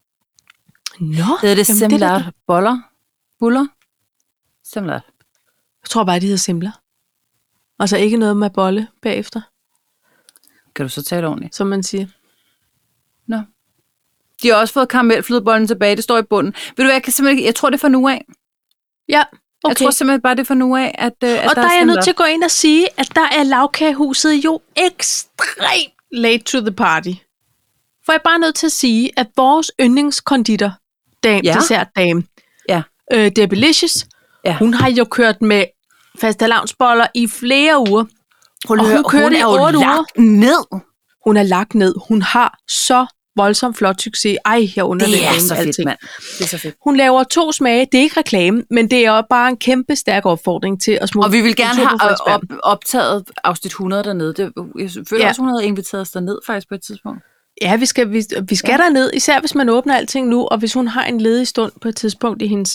Nå. Det er det semlart. Det boller. Buller. Semlart. Jeg tror bare, de hedder semler. Og så ikke noget med bolle bagefter. Kan du så tage det ordentligt? Som man siger. Nå. De har også fået karamelflødebollen tilbage. Det står i bunden. Ved du hvad, jeg kan simpelthen jeg tror, det er fra nu af. Ja, okay. Jeg tror simpelthen bare, det er fra nu af, at, at og der, der er jeg nødt op. til at gå ind og sige, at der er Lagkagehuset jo ekstremt late to the party. For jeg er bare nødt til at sige, at vores yndlingskonditor, dame, ja. dessertdame, ja. øh, Debelicious, ja. hun har jo kørt med fastelavnsboller i flere uger. Hun, og hun kørte i otte uger. Ned. Hun er lagt ned. Hun har så voldsomt flot succes. Ej, jeg under det. Det er så fedt, mand. Det er så fedt. Hun laver to smage. Det er ikke reklame, men det er bare en kæmpe stærk opfordring til at smage. Og vi vil gerne have op, optaget afsnit hundrede dernede. Det, jeg føler ja. også, hun havde inviteret os derned faktisk på et tidspunkt. Ja, vi skal, vi, vi skal ja. derned, især hvis man åbner alting nu, og hvis hun har en ledig stund på et tidspunkt i hendes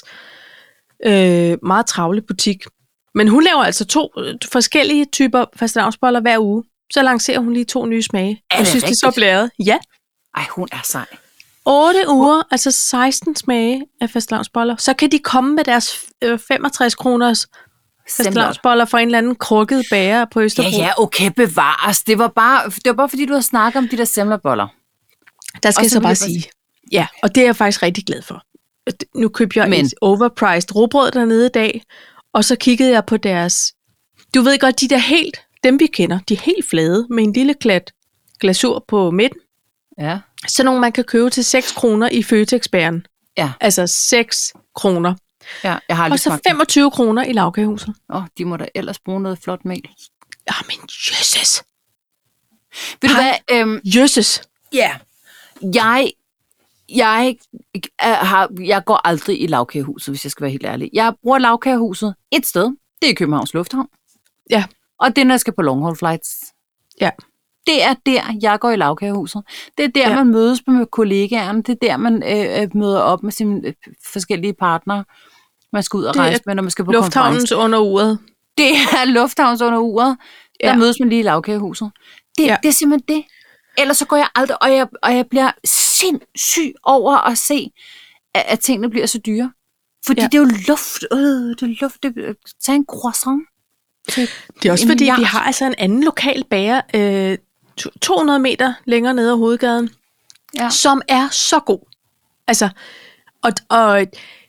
øh, meget travle butik. Men hun laver altså to forskellige typer fastelavnsboller hver uge. Så lancerer hun lige to nye smage. Jeg synes, rigtigt? Det er så blæret. Ja. Ej, hun er sej. otte uger, altså seksten smage af fastelavnsboller. Så kan de komme med deres femogtres kroners fastelavnsboller fra en eller anden krukket bager på Østerbro. Ja, ja, okay, bevares. Det var bare, det var bare fordi, du havde snakket om de der semlerboller. Der skal jeg så bare sige. sige. Ja, og det er jeg faktisk rigtig glad for. Nu købte jeg Men. et overpriced rugbrød dernede i dag, og så kiggede jeg på deres, du ved godt, de der helt, dem vi kender, de er helt flade, med en lille klat glasur på midten. Ja. Så nogle, man kan købe til seks kroner i Føtex-bæren. Ja. Altså seks kroner. Ja, jeg har og så femogtyve kroner i Lagkagehuset. Åh, oh, de må da ellers bruge noget flot mel. Ja, men jøsses. Ved du hvad? Øhm, jøsses. Ja. Yeah. Jeg, jeg, har, jeg går aldrig i Lagkagehuset, hvis jeg skal være helt ærlig. Jeg bruger Lagkagehuset et sted. Det er Københavns Lufthavn. Ja. Og det er, når jeg skal på long haul flights. Ja. Det er der, jeg går i Lagkagehuset. Det er der, ja. man mødes med kollegaerne. Det er der, man øh, møder op med sine øh, forskellige partnere. Man skal ud og rejse med, når man skal på konference. Lufthavnens under uret. Det er lufthavns under uret. Der ja. mødes man lige i Lagkagehuset. Det, ja. det er simpelthen det. Ellers så går jeg aldrig, og jeg, og jeg bliver sindssyg over at se, at, at tingene bliver så dyre. Fordi ja. det er jo luft. Øh, det er luft. Det, tag en croissant. Det er også fordi, vi har altså en anden lokal bager, øh, to hundrede meter længere nede ad hovedgaden, ja. som er så god. Altså, og, og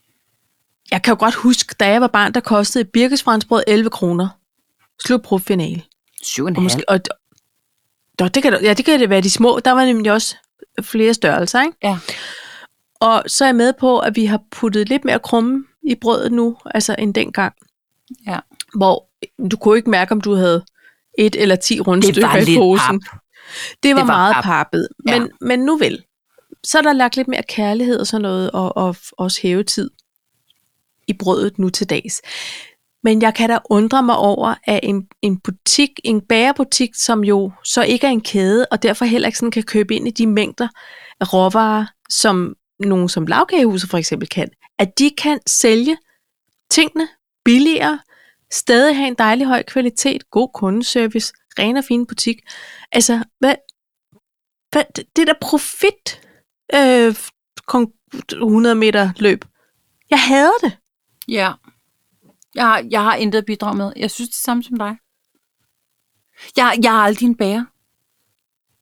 jeg kan jo godt huske, da jeg var barn, der kostede et birkesfranskbrød elleve kroner. Slutbrugfinale. syv og en halv. Og, og, det kan, ja, det kan det være de små. Der var nemlig også flere størrelser, ikke? Ja. Og så er jeg med på, at vi har puttet lidt mere krumme i brødet nu, altså end dengang. Ja. Hvor du kunne ikke mærke, om du havde et eller ti rundstykker i posen. Pap. Det var, det var meget pap. pappet. Men, ja. men nu vel. Så er der lagt lidt mere kærlighed og sådan noget, og, og også hævetid i brødet nu til dags. Men jeg kan da undre mig over, at en, en butik, en bagerbutik, som jo så ikke er en kæde, og derfor heller ikke sådan kan købe ind i de mængder af råvarer, som nogen som Lagkagehuset for eksempel kan, at de kan sælge tingene billigere, stadig have en dejlig høj kvalitet, god kundeservice, ren og fin butik. Altså, hvad, hvad det der profit øh, hundrede meter løb, jeg hader det. Ja. Jeg har, jeg har intet at bidrage med. Jeg synes det samme som dig. Jeg, jeg er aldrig en bager.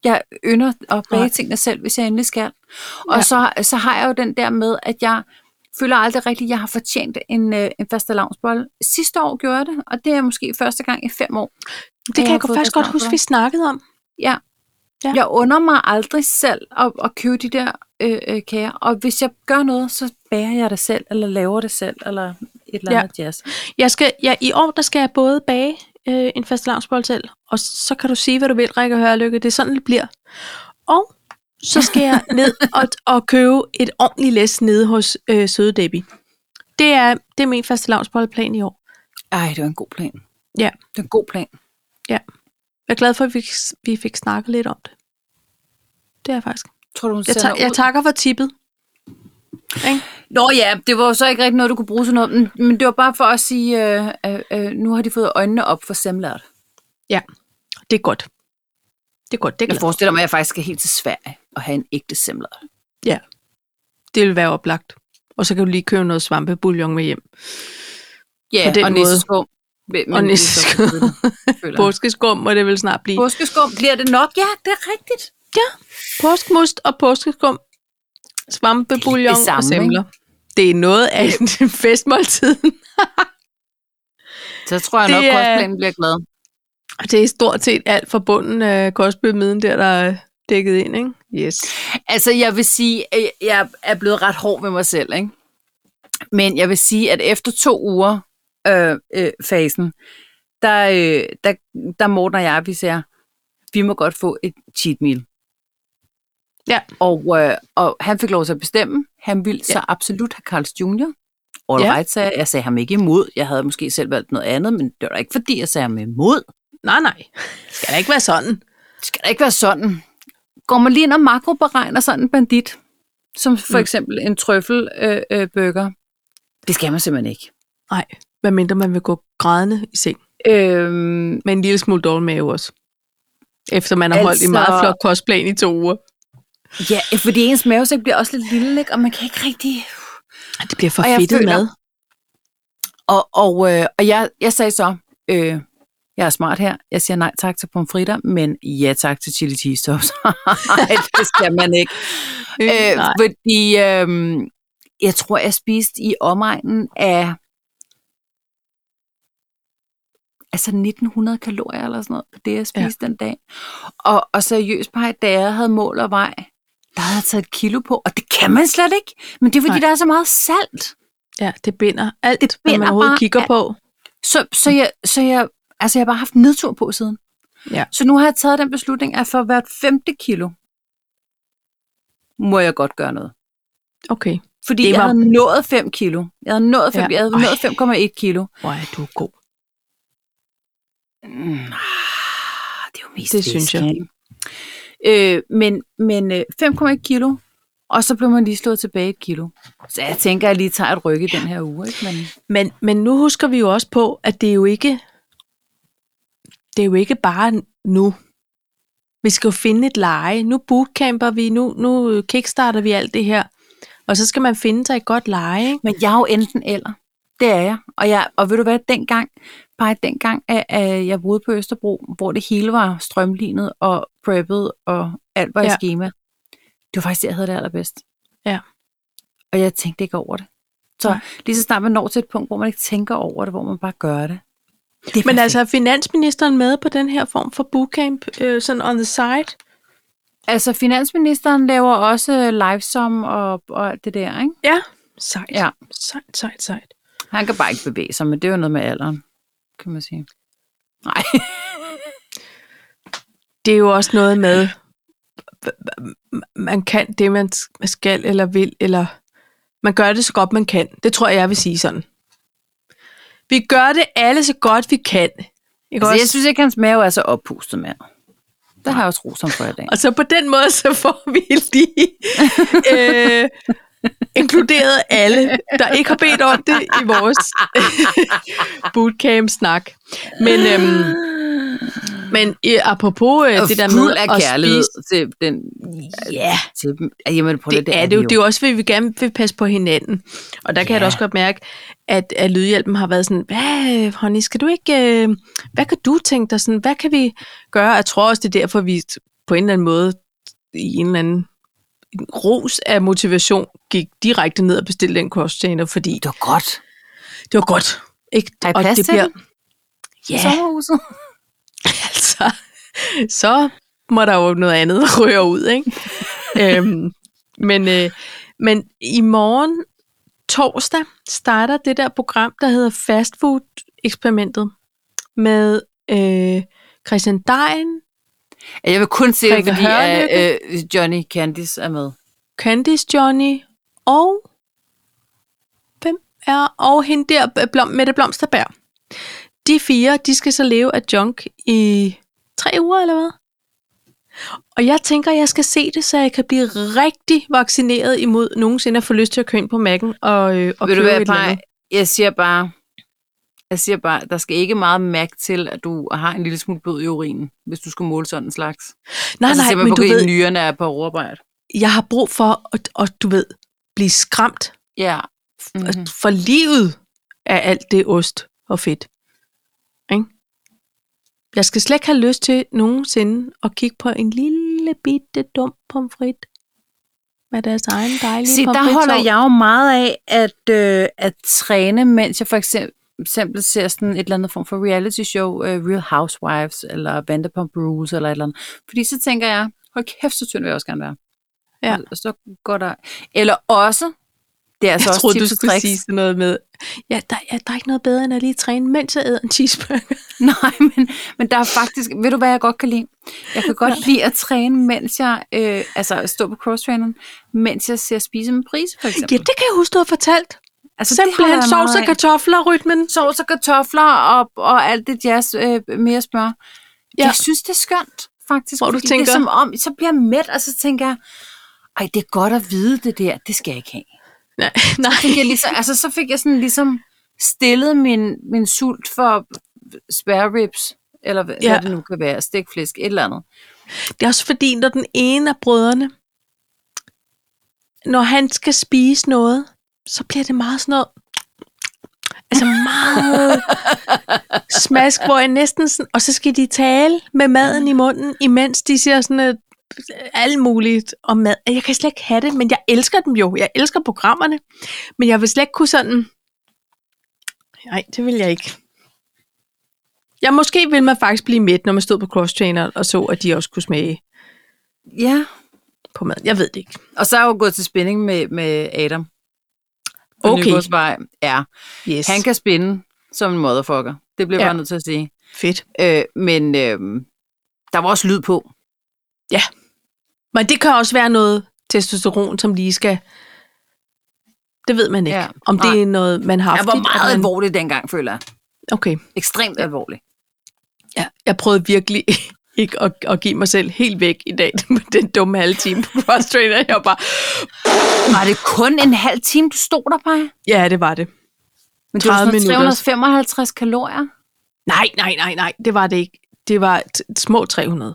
jeg ynder at bage tingene selv, hvis jeg endelig skal. Og ja. så, så har jeg jo den der med, at jeg føler aldrig rigtigt, at jeg har fortjent en, en fastelavnsbolle. Sidste år gjorde jeg det, og det er måske første gang i fem år. Det kan jeg, jeg faktisk godt huske, vi snakkede om. Ja. ja. Jeg under mig aldrig selv at, at købe de der øh, øh, kager, og hvis jeg gør noget, så bager jeg det selv, eller laver det selv, eller et eller andet ja. jazz. Jeg skal, ja, i år, der skal jeg både bage øh, en fastelavnsbolle selv, og så kan du sige, hvad du vil, Rikke og Hørlykke. Det er sådan, det bliver. Og så skal jeg ned og, og købe et ordentligt læs nede hos øh, Søde Debbie. Det er, det er min fastelavnsbolleplan i år. Ej, det var en god plan. Ja. Det er en god plan. Ja. Jeg er glad for, at vi, vi fik snakket lidt om det. Det er jeg faktisk. Tror du, hun jeg, ta- jeg takker for tippet. Ikke? Nå ja, det var jo så ikke rigtig noget, du kunne bruge til noget, men, men det var bare for at sige, øh, øh, øh, nu har de fået øjnene op for semlert. Ja, det er godt. Det er godt, det er jeg forestiller mig, at jeg faktisk skal helt til Sverige og have en ægte semlert. Ja, det vil være oplagt. Og så kan du lige købe noget svampebouillon med hjem. Ja, og nisseskum. Og nisseskum. Påskeskum må det vel snart blive. Påskeskum bliver det nok, ja, det er rigtigt. Ja, påskemust og påskeskum, svampebouillon og semler. Ikke? Det er noget af en festmåltid. Så tror jeg nok, at kostplanen bliver glad. Det er stort set alt fra bunden af kostbymiden, der, der er dækket ind, ikke? Yes. Altså, jeg vil sige, at jeg er blevet ret hård ved mig selv, ikke? Men jeg vil sige, at efter to uger øh, øh, fasen, der, øh, der, der Morten og jeg, vi siger, vi må godt få et cheat meal. Ja. Og, øh, og han fik lov til at bestemme. Han ville ja. så absolut have Carl's junior All ja. right, sagde jeg. Jeg sagde ham ikke imod. Jeg havde måske selv valgt noget andet, men det var da ikke, fordi jeg sagde ham imod. Nej, nej. Det skal da ikke være sådan. Det skal da ikke være sådan. Går man lige ind og makroberegner sådan en bandit, som for mm. eksempel en trøffelburger, øh, øh, det skal man simpelthen ikke. Nej, hvad mindre man vil gå grædende i seng. Øhm, Med en lille smule dårlig mave også. Efter man har altså, holdt en meget flot kostplan i to uger. Ja, fordi ens mavesæk bliver også lidt lille, ikke? Og man kan ikke rigtig... Det bliver for fedtet mad. Og, og, øh, og jeg, jeg sagde så, øh, jeg er smart her, jeg siger nej tak til pomfritter, men ja tak til chili cheese sauce. Det skal man ikke. øh, fordi øh, jeg tror, jeg spiste i omegnen af altså nitten hundrede kalorier eller sådan noget, på det jeg spiste ja. den dag. Og, og seriøst bare, da jeg havde mål og vej, der havde jeg taget et kilo på, og det kan man slet ikke. Men det er, fordi Nej. der er så meget salt. Ja, det binder alt, det binder man overhovedet kigger ja. på. Så, så, jeg, så jeg, altså jeg har bare haft nedtur på siden. Ja. Så nu har jeg taget den beslutning, at for hvert femte kilo, må jeg godt gøre noget. Okay. Fordi det jeg var... havde nået fem kilo. Jeg havde nået, fem, ja. jeg havde nået fem komma en kilo. Hvor er du god. Mm, det er jo mest det, synes jeg. Øh, men men øh, fem komma en kilo, og så blev man lige slået tilbage et kilo. Så jeg tænker, at jeg lige tager et ryk i den her uge. Ikke? Men... Men, men nu husker vi jo også på, at det er jo ikke, det er jo ikke bare nu. Vi skal jo finde et leje. Nu bootcamper vi, nu, nu kickstarter vi alt det her. Og så skal man finde sig et godt leje. Ikke? Men jeg er jo enten eller. Det er jeg. Og, jeg, og ved du hvad, dengang, bare dengang, at, at jeg boede på Østerbro, hvor det hele var strømlignet og preppet, og alt var ja. i skema. Det var faktisk det, jeg havde det allerbedst. Ja. Og jeg tænkte ikke over det. Så ja. lige så snart man når til et punkt, hvor man ikke tænker over det, hvor man bare gør det. det Men altså, er finansministeren med på den her form for bootcamp, øh, sådan on the side? Altså, finansministeren laver også livesom og, og alt det der, ikke? Ja. Sejt. Ja. Sejt, sejt, sejt. Han kan bare ikke bevæge sig, men det er jo noget med alderen, kan man sige. Nej. Det er jo også noget med, man kan det, man skal eller vil, eller man gør det så godt, man kan. Det tror jeg, jeg vil sige sådan. Vi gør det alle så godt, vi kan. Altså, jeg synes ikke, hans mave er så oppustet mere. Det har jeg også ros som for i dag. Og så på den måde, så får vi lige øh, inkluderet alle, der ikke har bedt om det i vores bootcamp-snak. Men, øhm, men øh, apropos øh, det der med at kærlighed til den... Ja, til, jamen, prøv det, det, er det, det, jo. det er jo også, fordi vi gerne vil passe på hinanden. Og der kan ja. jeg da også godt mærke, at, at Lydhjælpen har været sådan, hvad, honey, skal du ikke... Øh, hvad kan du tænke dig sådan? Hvad kan vi gøre? Jeg tror også, det er derfor, vi på en eller anden måde i en eller anden en rus af motivation gik direkte ned og bestilte den kostskaner, fordi Det var godt. det var godt. Ikke? Har I Og plads det til bliver, det? ja, Sommerhuset? altså, så må der jo noget andet røre ud, ikke? øhm, men, øh, men i morgen, torsdag, starter det der program, der hedder Fast Food-eksperimentet, med øh, Christian Dejen, Jeg vil kun se det, Rikke fordi Hørlykke. uh, Johnny Candice er med. Candice Johnny og hvem er og hende der Blom, Mette Blomsterberg. De fire, de skal så leve af junk i tre uger, eller hvad? Og jeg tænker, jeg skal se det, så jeg kan blive rigtig vaccineret imod nogensinde at få lyst til at køre ind på Mac'en og, øh, og Ved du købe hvad, et eller andet. Paj? Jeg siger bare, jeg siger bare, der skal ikke meget Mac til, at du har en lille smule blod i urinen, hvis du skal måle sådan en slags. Nej, altså, nej, men men på, du ved, nyrerne er på overarbejde. jeg har brug for at, at du ved, blive skræmt Ja. mm-hmm. for livet af alt det ost og fedt. Ikke? Jeg skal slet ikke have lyst til nogensinde at kigge på en lille bitte dum pomfrit med deres egen dejlige Se, der pomfritsovs. holder jeg jo meget af at, øh, at træne, mens jeg for eksempel, eksempel ser sådan et eller andet form for reality show, uh, Real Housewives, eller Vanderpump Rules, eller et eller andet. Fordi så tænker jeg, hold kæft, så tynd vil jeg også gerne være. Ja. Og så går der... Eller også, det er altså Jeg også troede, du tips og skulle tricks. sige sådan noget med, ja, der, ja, der er ikke noget bedre, end at lige træne, mens jeg æder en cheeseburger. Nej, men, men der er faktisk... Ved du, hvad jeg godt kan lide? Jeg kan godt lide at træne, mens jeg... Øh, altså stå på crosstraineren, mens jeg ser Spise med Prise, for eksempel. Ja, det kan jeg huske, du har fortalt. altså, Simpelthen sovs og kartofler, rytmen. Sovs og kartofler og, og alt det jazz, øh, mere smør. Ja. Ja. Jeg synes, det er skønt, faktisk. Hvor du fordi tænker- det er som om, så bliver jeg mæt, og så tænker jeg, ej, det er godt at vide det der, det skal jeg ikke have. Nej, nej. Så fik jeg, ligesom, altså, så fik jeg sådan ligesom stillet min, min sult for spare ribs, eller hvad, Ja. hvad det nu kan være, stikflæsk, et eller andet. Det er også fordi, når den ene af brødrene, når han skal spise noget, så bliver det meget sådan noget, altså meget smask, hvor jeg næsten sådan, og så skal de tale med maden i munden, imens de siger sådan et, alt muligt om mad. Jeg kan slet ikke have det, men jeg elsker dem jo. Jeg elsker programmerne, men jeg vil slet ikke kunne sådan, nej, det vil jeg ikke. Ja, måske vil man faktisk blive mæt, når man stod på crosstrainer og så, at de også kunne smage Ja. på mad. Jeg ved det ikke. Og så er jeg jo gået til spænding med, med Adam. På Okay. Nygårdsvej. Ja. Yes. Han kan spinde som en motherfucker. Det bliver jeg Ja. bare nødt til at sige. Fedt. Øh, men øh, der var også lyd på. Ja. Men det kan også være noget testosteron, som lige skal... Det ved man ikke. Ja. Ja. Om det Nej. er noget, man har Jeg haft. var meget alvorlig dengang, føler jeg. Okay. Ekstremt alvorlig. Ja. Jeg prøvede virkelig ikke at, at give mig selv helt væk i dag med den dumme halve time på cross-trainer. Jeg var bare... Var det kun en halv time, du stod der, Paj? Ja, det var det. Men det var tredive sådan minutter. tre hundrede og femoghalvtreds kalorier. Nej, nej, nej, nej. Det var det ikke. Det var t- små tre hundrede.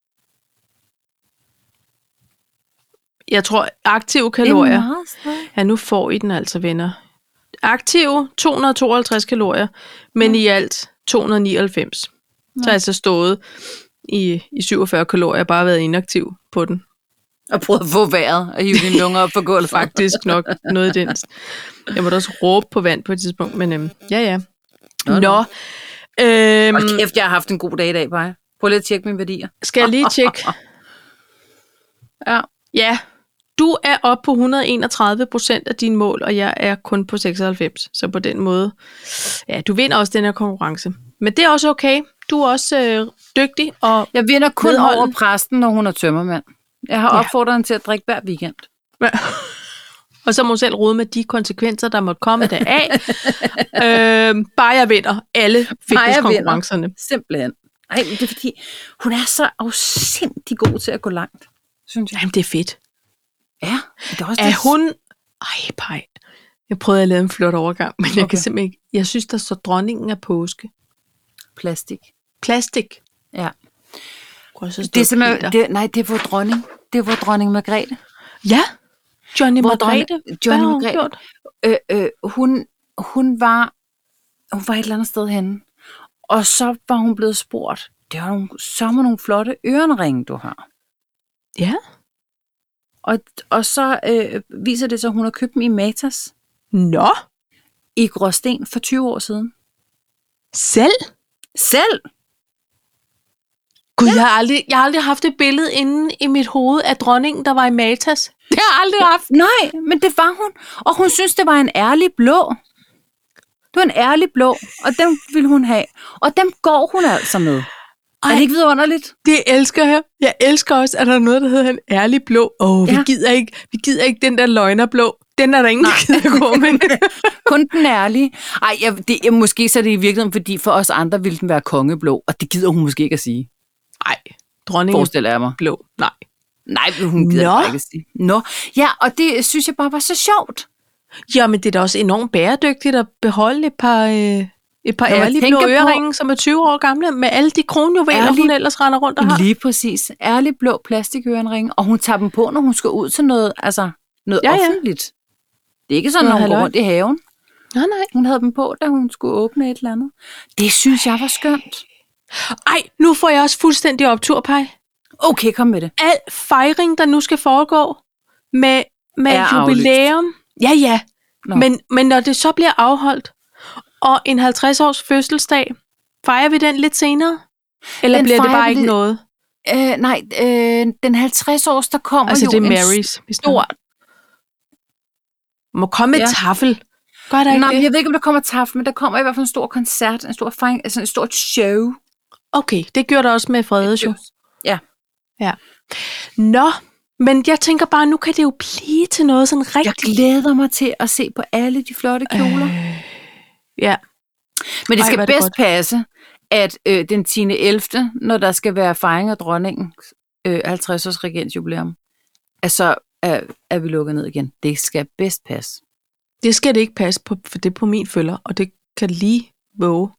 Jeg tror, aktive kalorier... Det er meget stadig. Ja, nu får I den altså, venner. Aktive to hundrede og tooghalvtreds kalorier, men i alt to hundrede og nioghalvfems. Så har jeg altså stået i, i syvogfyrre kalorier, bare været inaktiv på den. Og prøvede at få vejret og hive dine lunger op på gulvet. Faktisk nok noget i den. Jeg måtte også råbe på vand på et tidspunkt, men øhm, ja, ja. Nå, Nå, øhm, Hold kæft, jeg har haft en god dag i dag, Paj. Prøv lige at tjekke mine værdier. skal jeg lige tjekke? Ja. Ja, du er oppe på et hundrede og enogtredive procent af dine mål, og jeg er kun på seksoghalvfems. Så på den måde, ja, du vinder også den her konkurrence. Men det er også okay. Du er også øh, dygtig, og Jeg vinder kun Vedholden. over præsten, når hun er tømmermand. Jeg har Ja. opfordret hende til at drikke hver weekend. og så må hun selv rode med de konsekvenser, der måtte komme deraf. øh, bare jeg vinder alle fitnesskonkurrencerne. Simpelthen. Ej, men det er fordi, hun er så afsindig god til at gå langt, synes jeg. Jamen, det er fedt. Ja, det er også Er det. hun... Ej, pej. Jeg prøvede at lave en flot overgang, men okay. jeg kan Okay. simpelthen ikke... Jeg synes, der står dronningen af påske. Plastik. Plastik. Ja. Prøv så Det er simpelthen, det, nej, det er vores dronning. Det er vores dronning Margrethe. Ja, Johnny Hvor Margrethe. dronning- Hvad Johnny har hun Margrethe. gjort? Øh, øh, hun, hun, var, hun var et eller andet sted henne. Og så var hun blevet spurgt, det var nogle, så var nogle flotte øreringe, du har. Ja. Og, og så øh, viser det sig, at hun har købt dem i Matas. Nå. I Gråsten for tyve år siden. Selv? Selv? Gud, ja. jeg, har aldrig, jeg har aldrig haft et billede inde i mit hoved af dronningen, der var i Matas. Det har jeg aldrig haft. Nej, men det var hun. Og hun synes, det var en ærlig blå. Det var en ærlig blå, og dem ville hun have. Og dem går hun altså med. Ej, er det ikke vidunderligt? Det elsker jeg. Jeg elsker også, at der er noget, der hedder en ærlig blå. Åh, oh, ja. vi, gider ikke, vi gider ikke den der løgnerblå. Den er der ingen, der gider gå med. Kun den ærlige. Ej, jeg, det, jeg, måske så er det i virkeligheden, fordi for os andre ville den være kongeblå, og det gider hun måske ikke at sige. Nej, dronningen forestiller jeg mig. Blå. Nej. Nej, hun gider ikke at sige. Nå, ja, og det synes jeg bare var så sjovt. Ja, men det er da også enormt bæredygtigt at beholde et par, øh, et par ærlige blå øreringe, som er tyve år gamle, med alle de kronjuveler, ærlig, hun ellers render rundt og har. Lige præcis. Ærlige blå plastikøreringe, og hun tager dem på, når hun skal ud til noget, altså noget ja, offentligt. Ja. Det er ikke sådan, når hun går rundt i haven. Nej, nej. Hun havde dem på, da hun skulle åbne et eller andet. Det synes jeg var skønt. Ej, nu får jeg også fuldstændig optur, Paj. Okay, kom med det. Al fejring, der nu skal foregå med, med jubilæum. Aflyst. Ja, ja. Men, men når det så bliver afholdt, og en halvtreds års fødselsdag, fejrer vi den lidt senere? Eller den bliver det bare ikke det... noget? Øh, nej, øh, den halvtreds års, der kommer altså, jo det er en Marys, stor... Må komme et ja. taffel. Gør der ikke nej, det? Jeg ved ikke, om der kommer taffel, men der kommer i hvert fald en stor koncert, en stor fejring, altså en stort show. Okay, det gjorde der også med Fredes jo. Ja. Ja. Nå, men jeg tænker bare, nu kan det jo blive til noget sådan rigtigt. Jeg glæder mig til at se på alle de flotte kjoler. Øh, ja. Men det skal Ej, bedst det passe, at øh, den tiende ellevte, når der skal være fejring af dronningen, øh, halvtreds års regentjubilæum, altså er, er vi lukket ned igen. Det skal bedst passe. Det skal det ikke passe på, for det er på min følger, og det kan lige våge.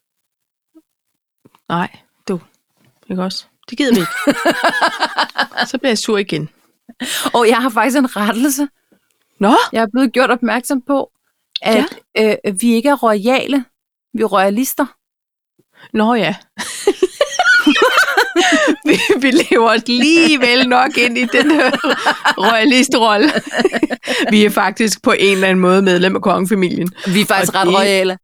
Nej, du. Ikke også? Det gider vi ikke. Så bliver jeg sur igen. Og jeg har faktisk en rettelse. Nå? Jeg er blevet gjort opmærksom på, at ja. øh, vi ikke er royale. Vi er royalister. Nå ja. vi, vi lever alligevel nok ind i den her royalistrolle. Vi er faktisk på en eller anden måde medlem af kongefamilien. Vi er faktisk og ret det... royale.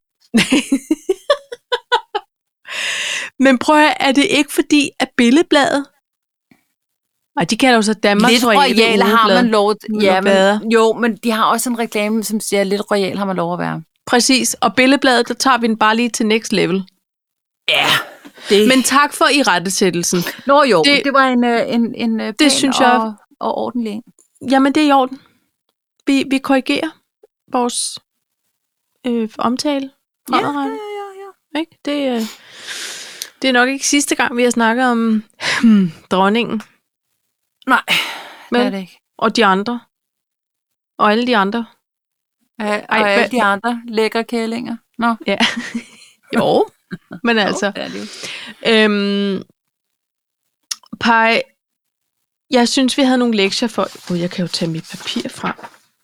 Men prøv at, er det ikke fordi, at Billedbladet, og de kalder jo så Danmarks lidt royale, royale har man lov til, ja, men, jo, men de har også en reklame, som siger, lidt royal har man lov at være. Præcis, og Billedbladet, der tager vi den bare lige til next level. Ja. Det... Men tak for irettesættelsen. Nå jo, det, det var en, en, en pæn det synes jeg, og, og ordentlig en. Jamen, det er i orden. Vi, vi korrigerer vores øh, omtale. Ja, ja, ja, ja. Ikke? Det, øh, det er nok ikke sidste gang, vi har snakket om hmm, dronningen. Nej, men, det er det ikke. Og de andre. Og alle de andre. Ja, og Ej, alle de andre lækre kællinger. Nå. Ja. Jo, men altså. Jo, det er det jo. Øhm, Paj, jeg synes, vi havde nogle lektier for... Oh, jeg kan jo tage mit papir frem.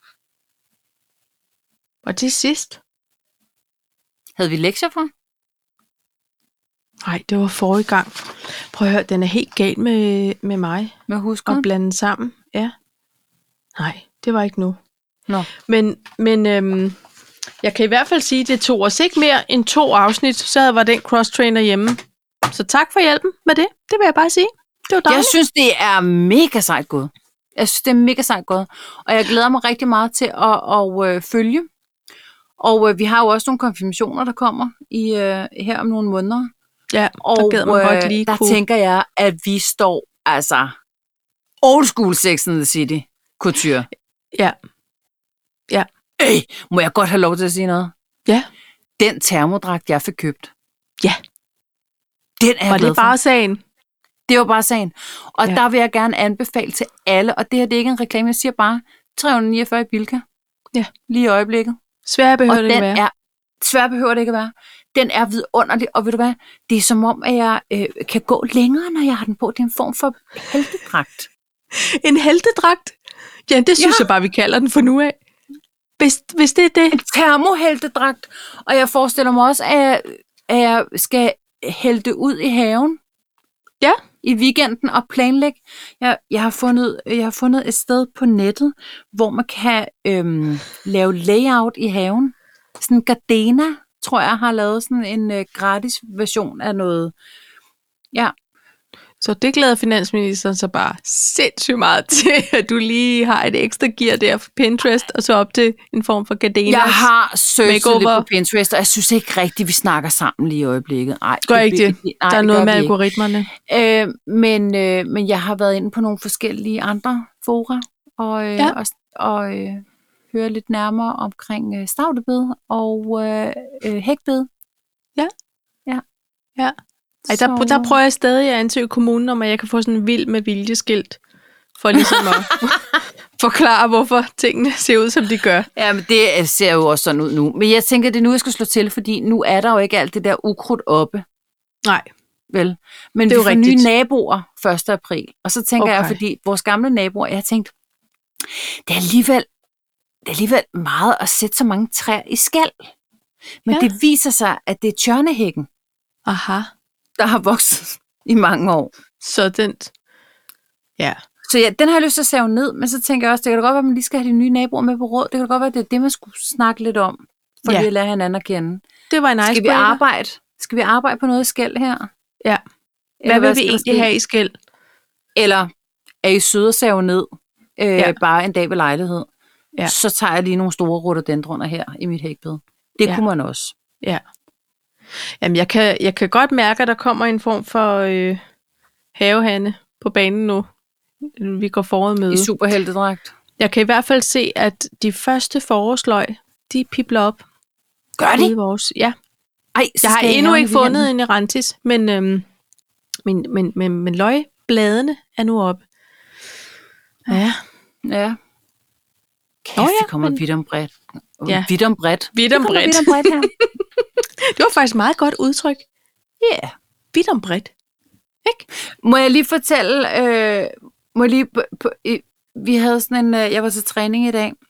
Var det sidst? Havde vi lektier for? Nej, det var forrige gang. Prøv at høre, den er helt gal med, med mig. Med husker? Og blande sammen, ja. Nej, det var ikke nu. Nå. Men, men øhm, jeg kan i hvert fald sige, at det tog os ikke mere end to afsnit, så var den cross-trainer hjemme. Så tak for hjælpen med det. Det vil jeg bare sige. Det var dejligt. Jeg synes, det er mega sejt gået. Jeg synes, det er mega sejt gået. Og jeg glæder mig rigtig meget til at, at, at, at følge. Og øh, vi har jo også nogle konfirmationer, der kommer i, øh, her om nogle måneder. Ja, og der gad man godt lige der kunne. tænker jeg, at vi står altså old school Sex and the City couture. Ja. Ja. Øh, må jeg godt have lov til at sige noget? Ja. Den termodragt, jeg fik købt. Ja. Den er var det bare sagen? Det var bare sagen. Og ja. Der vil jeg gerne anbefale til alle, og det her det er ikke en reklame, jeg siger bare tre hundrede niogfyrre i Bilka. Ja. Lige i øjeblikket. Svær behøver det ikke være. Er, svær behøver det ikke være. Den er vidunderlig, og ved du hvad? Det er som om, at jeg øh, kan gå længere, når jeg har den på. Det er en form for heltedragt. En heltedragt? Ja, det synes ja. jeg bare, vi kalder den for nu af. Hvis, hvis det er det. En termoheltedragt. Og jeg forestiller mig også, at jeg, at jeg skal hælte ud i haven. Ja. i weekenden og planlægge. Jeg, jeg, har fundet, jeg har fundet et sted på nettet, hvor man kan øhm, lave layout i haven. Sådan Gardena, tror jeg, har lavet sådan en øh, gratis version af noget. Ja. Så det glæder finansministeren så bare sindssygt meget til, at du lige har et ekstra gear der for Pinterest, og så op til en form for Gardena. Jeg har søgt lidt på Pinterest, og jeg synes ikke rigtigt, vi snakker sammen lige i øjeblikket. Ej, gør det, ikke det? det nej, der er noget med algoritmerne. Øh, men, øh, men jeg har været inde på nogle forskellige andre fora, og, øh, ja. og, og øh, høre lidt nærmere omkring øh, stavtebed og øh, øh, hækbed. Ja. Ja. Ja. Ej, der, der prøver jeg stadig at ansøge kommunen om, at jeg kan få sådan en vild med viljeskilt, for ligesom at forklare, hvorfor tingene ser ud, som de gør. Ja, men det ser jo også sådan ud nu. Men jeg tænker, det er nu, jeg skal slå til, fordi nu er der jo ikke alt det der ukrudt oppe. Nej. Vel? Men det er vi får rigtigt. Nye naboer første april. Og så tænker okay. jeg, fordi vores gamle naboer, jeg har tænkt, det er alligevel, det er alligevel meget at sætte så mange træer i skal. Men ja. Det viser sig, at det er tjørnehækken. Aha. Der har vokset i mange år. Så den, ja. Så ja, den har jeg lyst til at save ned, men så tænker jeg også, det kan da godt være, at man lige skal have de nye naboer med på råd. Det kan da godt være, at det er det, man skulle snakke lidt om, for ja. At lære hinanden at kende. Det var en nice. Skal vi arbejde? Skal vi arbejde på noget skæld her? Ja. Hvad, hvad vil vi egentlig have i skæld? Eller er I søde at save ned, øh, ja. Bare en dag ved lejlighed? Ja. Så tager jeg lige nogle store rhododendroner her i mit hækbed. Det ja. Kunne man også. Ja. Jamen, jeg kan, jeg kan godt mærke, at der kommer en form for øh, havehande på banen nu. Vi går foråret med. I superheltedragt. Jeg kan i hvert fald se, at de første forårsløg, de pipler op. Gør de? Vores, ja. Ej, jeg har endnu ikke fundet en erantis, men, øhm, men, men, men, men løgbladene er nu oppe. Ja. Ja. Kæft, oh, ja, det kommer men... vidt om bredt. Ja. Vidt om bredt. Vidt om bredt. Det var faktisk et meget godt udtryk. Ja. Yeah. Vidt om bredt. Ikke? Må jeg lige fortælle, øh, må jeg lige, på, på, øh, vi havde sådan en, øh, jeg var til træning i dag,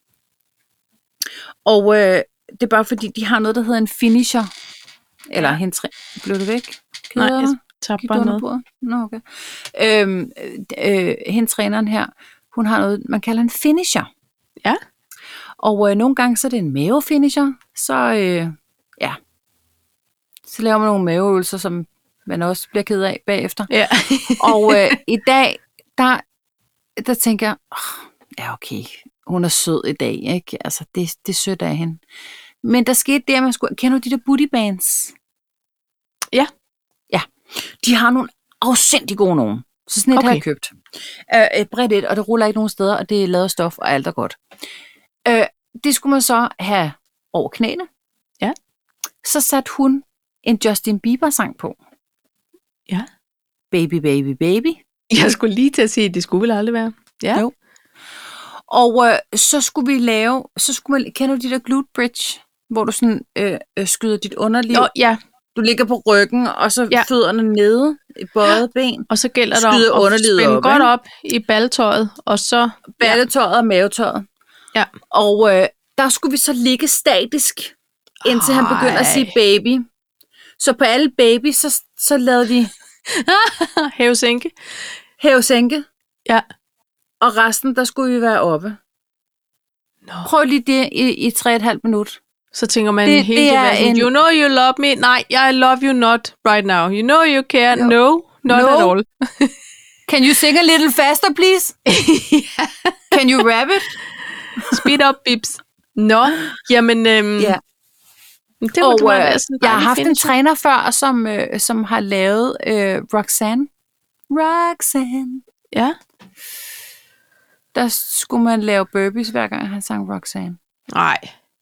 og øh, det er bare fordi, de har noget, der hedder en finisher. Eller hen træ... Blev det væk? Kæder? Nej, jeg tabte bare noget. Nå, okay. Øhm, øh, hen træneren her, hun har noget, man kalder en finisher. Ja. Og øh, nogle gange, så er det en mavefinisher, så øh, ja, så laver man nogle maveøvelser, som man også bliver ked af bagefter. Ja. Og øh, i dag, der, der tænker jeg, oh, ja okay, hun er sød i dag, ikke? Altså, det, det er sødt af hende. Men der skete det, at man skulle, kender du de der booty bands? Ja. Ja, de har nogle afsindig gode nogen. Så sådan et okay. har jeg købt. Øh, et bredt et, og det ruller ikke nogen steder, og det er lavet stof, og alt er godt. Øh, det skulle man så have over knæene. Ja. Så satte hun en Justin Bieber-sang på. Ja. Baby, baby, baby. Jeg skulle lige til at sige, at det skulle vel aldrig være. Ja. Jo. Og øh, så skulle vi lave, så skulle man, kender du de der glute bridge, hvor du sådan øh, øh, skyder dit underliv? Nå, ja. Du ligger på ryggen, og så ja. Fødderne nede i bøjet ja. Ben. Og så gælder det om at spænde op, godt op i balletøjet, og så... Balletøjet ja. Og mavetøjet. Ja. Og øh, der skulle vi så ligge statisk, indtil Ej. Han begyndte at sige baby. Så på alle baby, så, så lavede vi... Hæve-sænke. Hæve-sænke. Ja. Og resten, der skulle vi være oppe. No. Prøv lige det i, i tre og et halvt minut. Så tænker man det, hele det er en... You know you love me. Nej, I love you not right now. You know you care. No, no not no. At all. Can you sing a little faster, please? yeah. Can you rap it? Speed up, bips. Nå, jamen... Øhm, ja. Det var, og, du øh, altså, jeg har haft en træner før, som, øh, som har lavet øh, Roxanne. Roxanne. Ja. Der skulle man lave burpees, hver gang han sang Roxanne. Nej.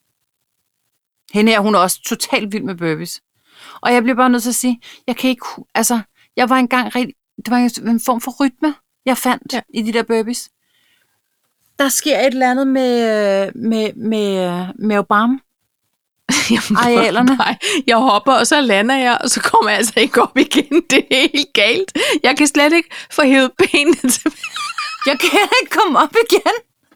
Hende her, hun er også totalt vild med burpees. Og jeg bliver bare nødt til at sige, jeg kan ikke, altså, jeg var engang rigtig, det var en form for rytme, jeg fandt ja. I de der burpees. Der sker et eller andet med, med, med, med Obama. Arealerne. Nej, jeg hopper, og så lander jeg, og så kommer jeg altså ikke op igen. Det er helt galt. Jeg kan slet ikke få hævet benene tilbage. Jeg kan ikke komme op igen.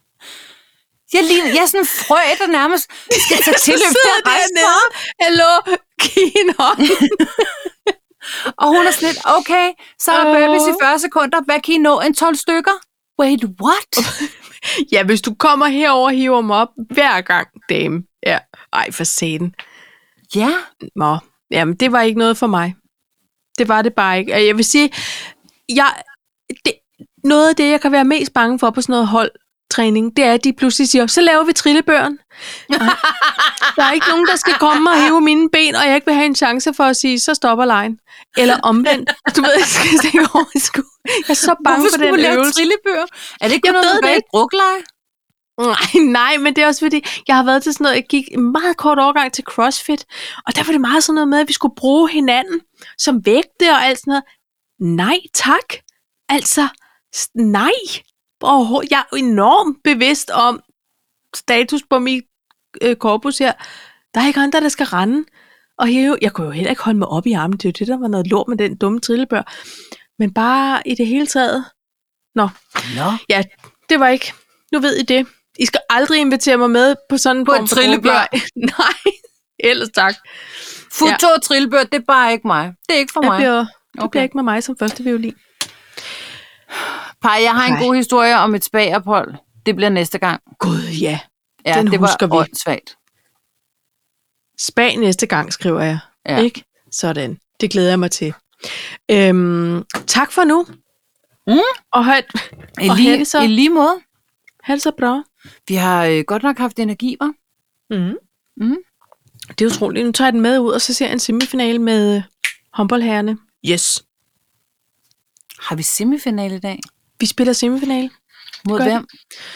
Jeg, ligner, jeg er sådan en frø, der nærmest skal tage tilløb til at rejse dernede. Hallo, giv en hånd. Og hun er sådan lidt, okay, så er der burpees i fyrre sekunder. Hvad kan I nå? En tolv stykker? Wait, what? Ja, hvis du kommer herover og hiver mig op hver gang, dame. Ja, ej, for satan. Ja. Nå, jamen, det var ikke noget for mig. Det var det bare ikke. Jeg vil sige, jeg, det, noget af det, jeg kan være mest bange for på sådan noget holdtræning, det er, at de pludselig siger, så laver vi trillebøren. Der er ikke nogen, der skal komme og hæve mine ben, og jeg ikke vil have en chance for at sige, så stopper lejen. Eller omvendt. Du ved, jeg skal ikke overskue. Jeg er så bange Hvorfor for den skulle lave øvelse. trillebør? Er det ikke Jeg noget, ved der det er ikke. et brugleje? Nej, nej, men det er også fordi, jeg har været til sådan noget, jeg gik en meget kort overgang til CrossFit, og der var det meget sådan noget med, at vi skulle bruge hinanden som vægte og alt sådan noget. Nej, tak. Altså, s- nej. Overhovedet. Jeg er enormt bevidst om status på mit øh, korpus her. Der er ikke andre, der skal rende og hæve. Jeg kunne jo heller ikke holde mig op i armen. Det er jo det, der var noget lort med den dumme trillebør. Men bare i det hele taget. Nå, Nå. ja, det var ikke. Nu ved I det. I skal aldrig invitere mig med på sådan en På form et for trillebør. gruppeleg. Nej, ellers tak. Futo og trillebør, det er bare ikke mig. Det er ikke for Jeg mig. bliver, det Okay. bliver ikke med mig som første violin. Paj, jeg har en Nej. god historie om et spagophold. Det bliver næste gang. Gud, ja. Ja, Den det husker var vi. åndssvagt. Spag næste gang, skriver jeg. Ja. Ikke? Sådan. Det glæder jeg mig til. Øhm, tak for nu. Mm. Og have, I, og lige, have det så, I lige måde. have det så bra. Vi har øh, godt nok haft energi, hva'? Mm. Mm. Det er utroligt. Nu tager jeg den med ud, og så ser jeg en semifinale med øh, håndboldherrerne. Yes. Har vi semifinale i dag? Vi spiller semifinale. Mod gør hvem?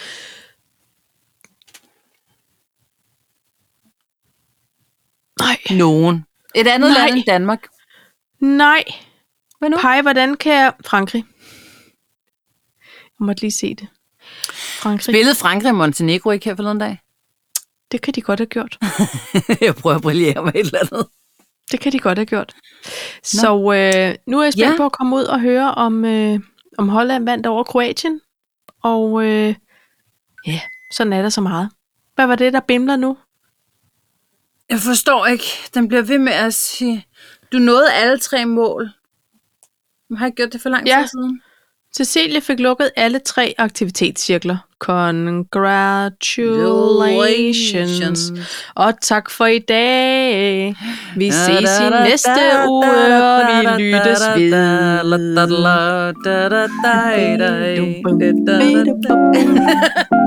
Nej. Nogen. Et andet Nej. land end Danmark. Nej. Hvad nu? Pej, hvordan kan jeg... Frankrig. Jeg måtte lige se det. Frankrig. Spillede Frankrig og Montenegro ikke her forleden dag? Det kan de godt have gjort. Jeg prøver at brillere med et eller andet. Det kan de godt have gjort. Så øh, nu er jeg spændt Ja. på at komme ud og høre, om, øh, om Holland vandt over Kroatien. Og øh, ja, sådan er der så meget. Hvad var det, der bimler nu? Jeg forstår ikke. Den bliver ved med at sige, du nåede alle tre mål. Jeg har ikke gjort det for lang tid Ja. siden. Cecilie fik lukket alle tre aktivitetscirkler. Congratulations. Og tak for i dag. Vi ses i næste uge, og vi lyttes ved.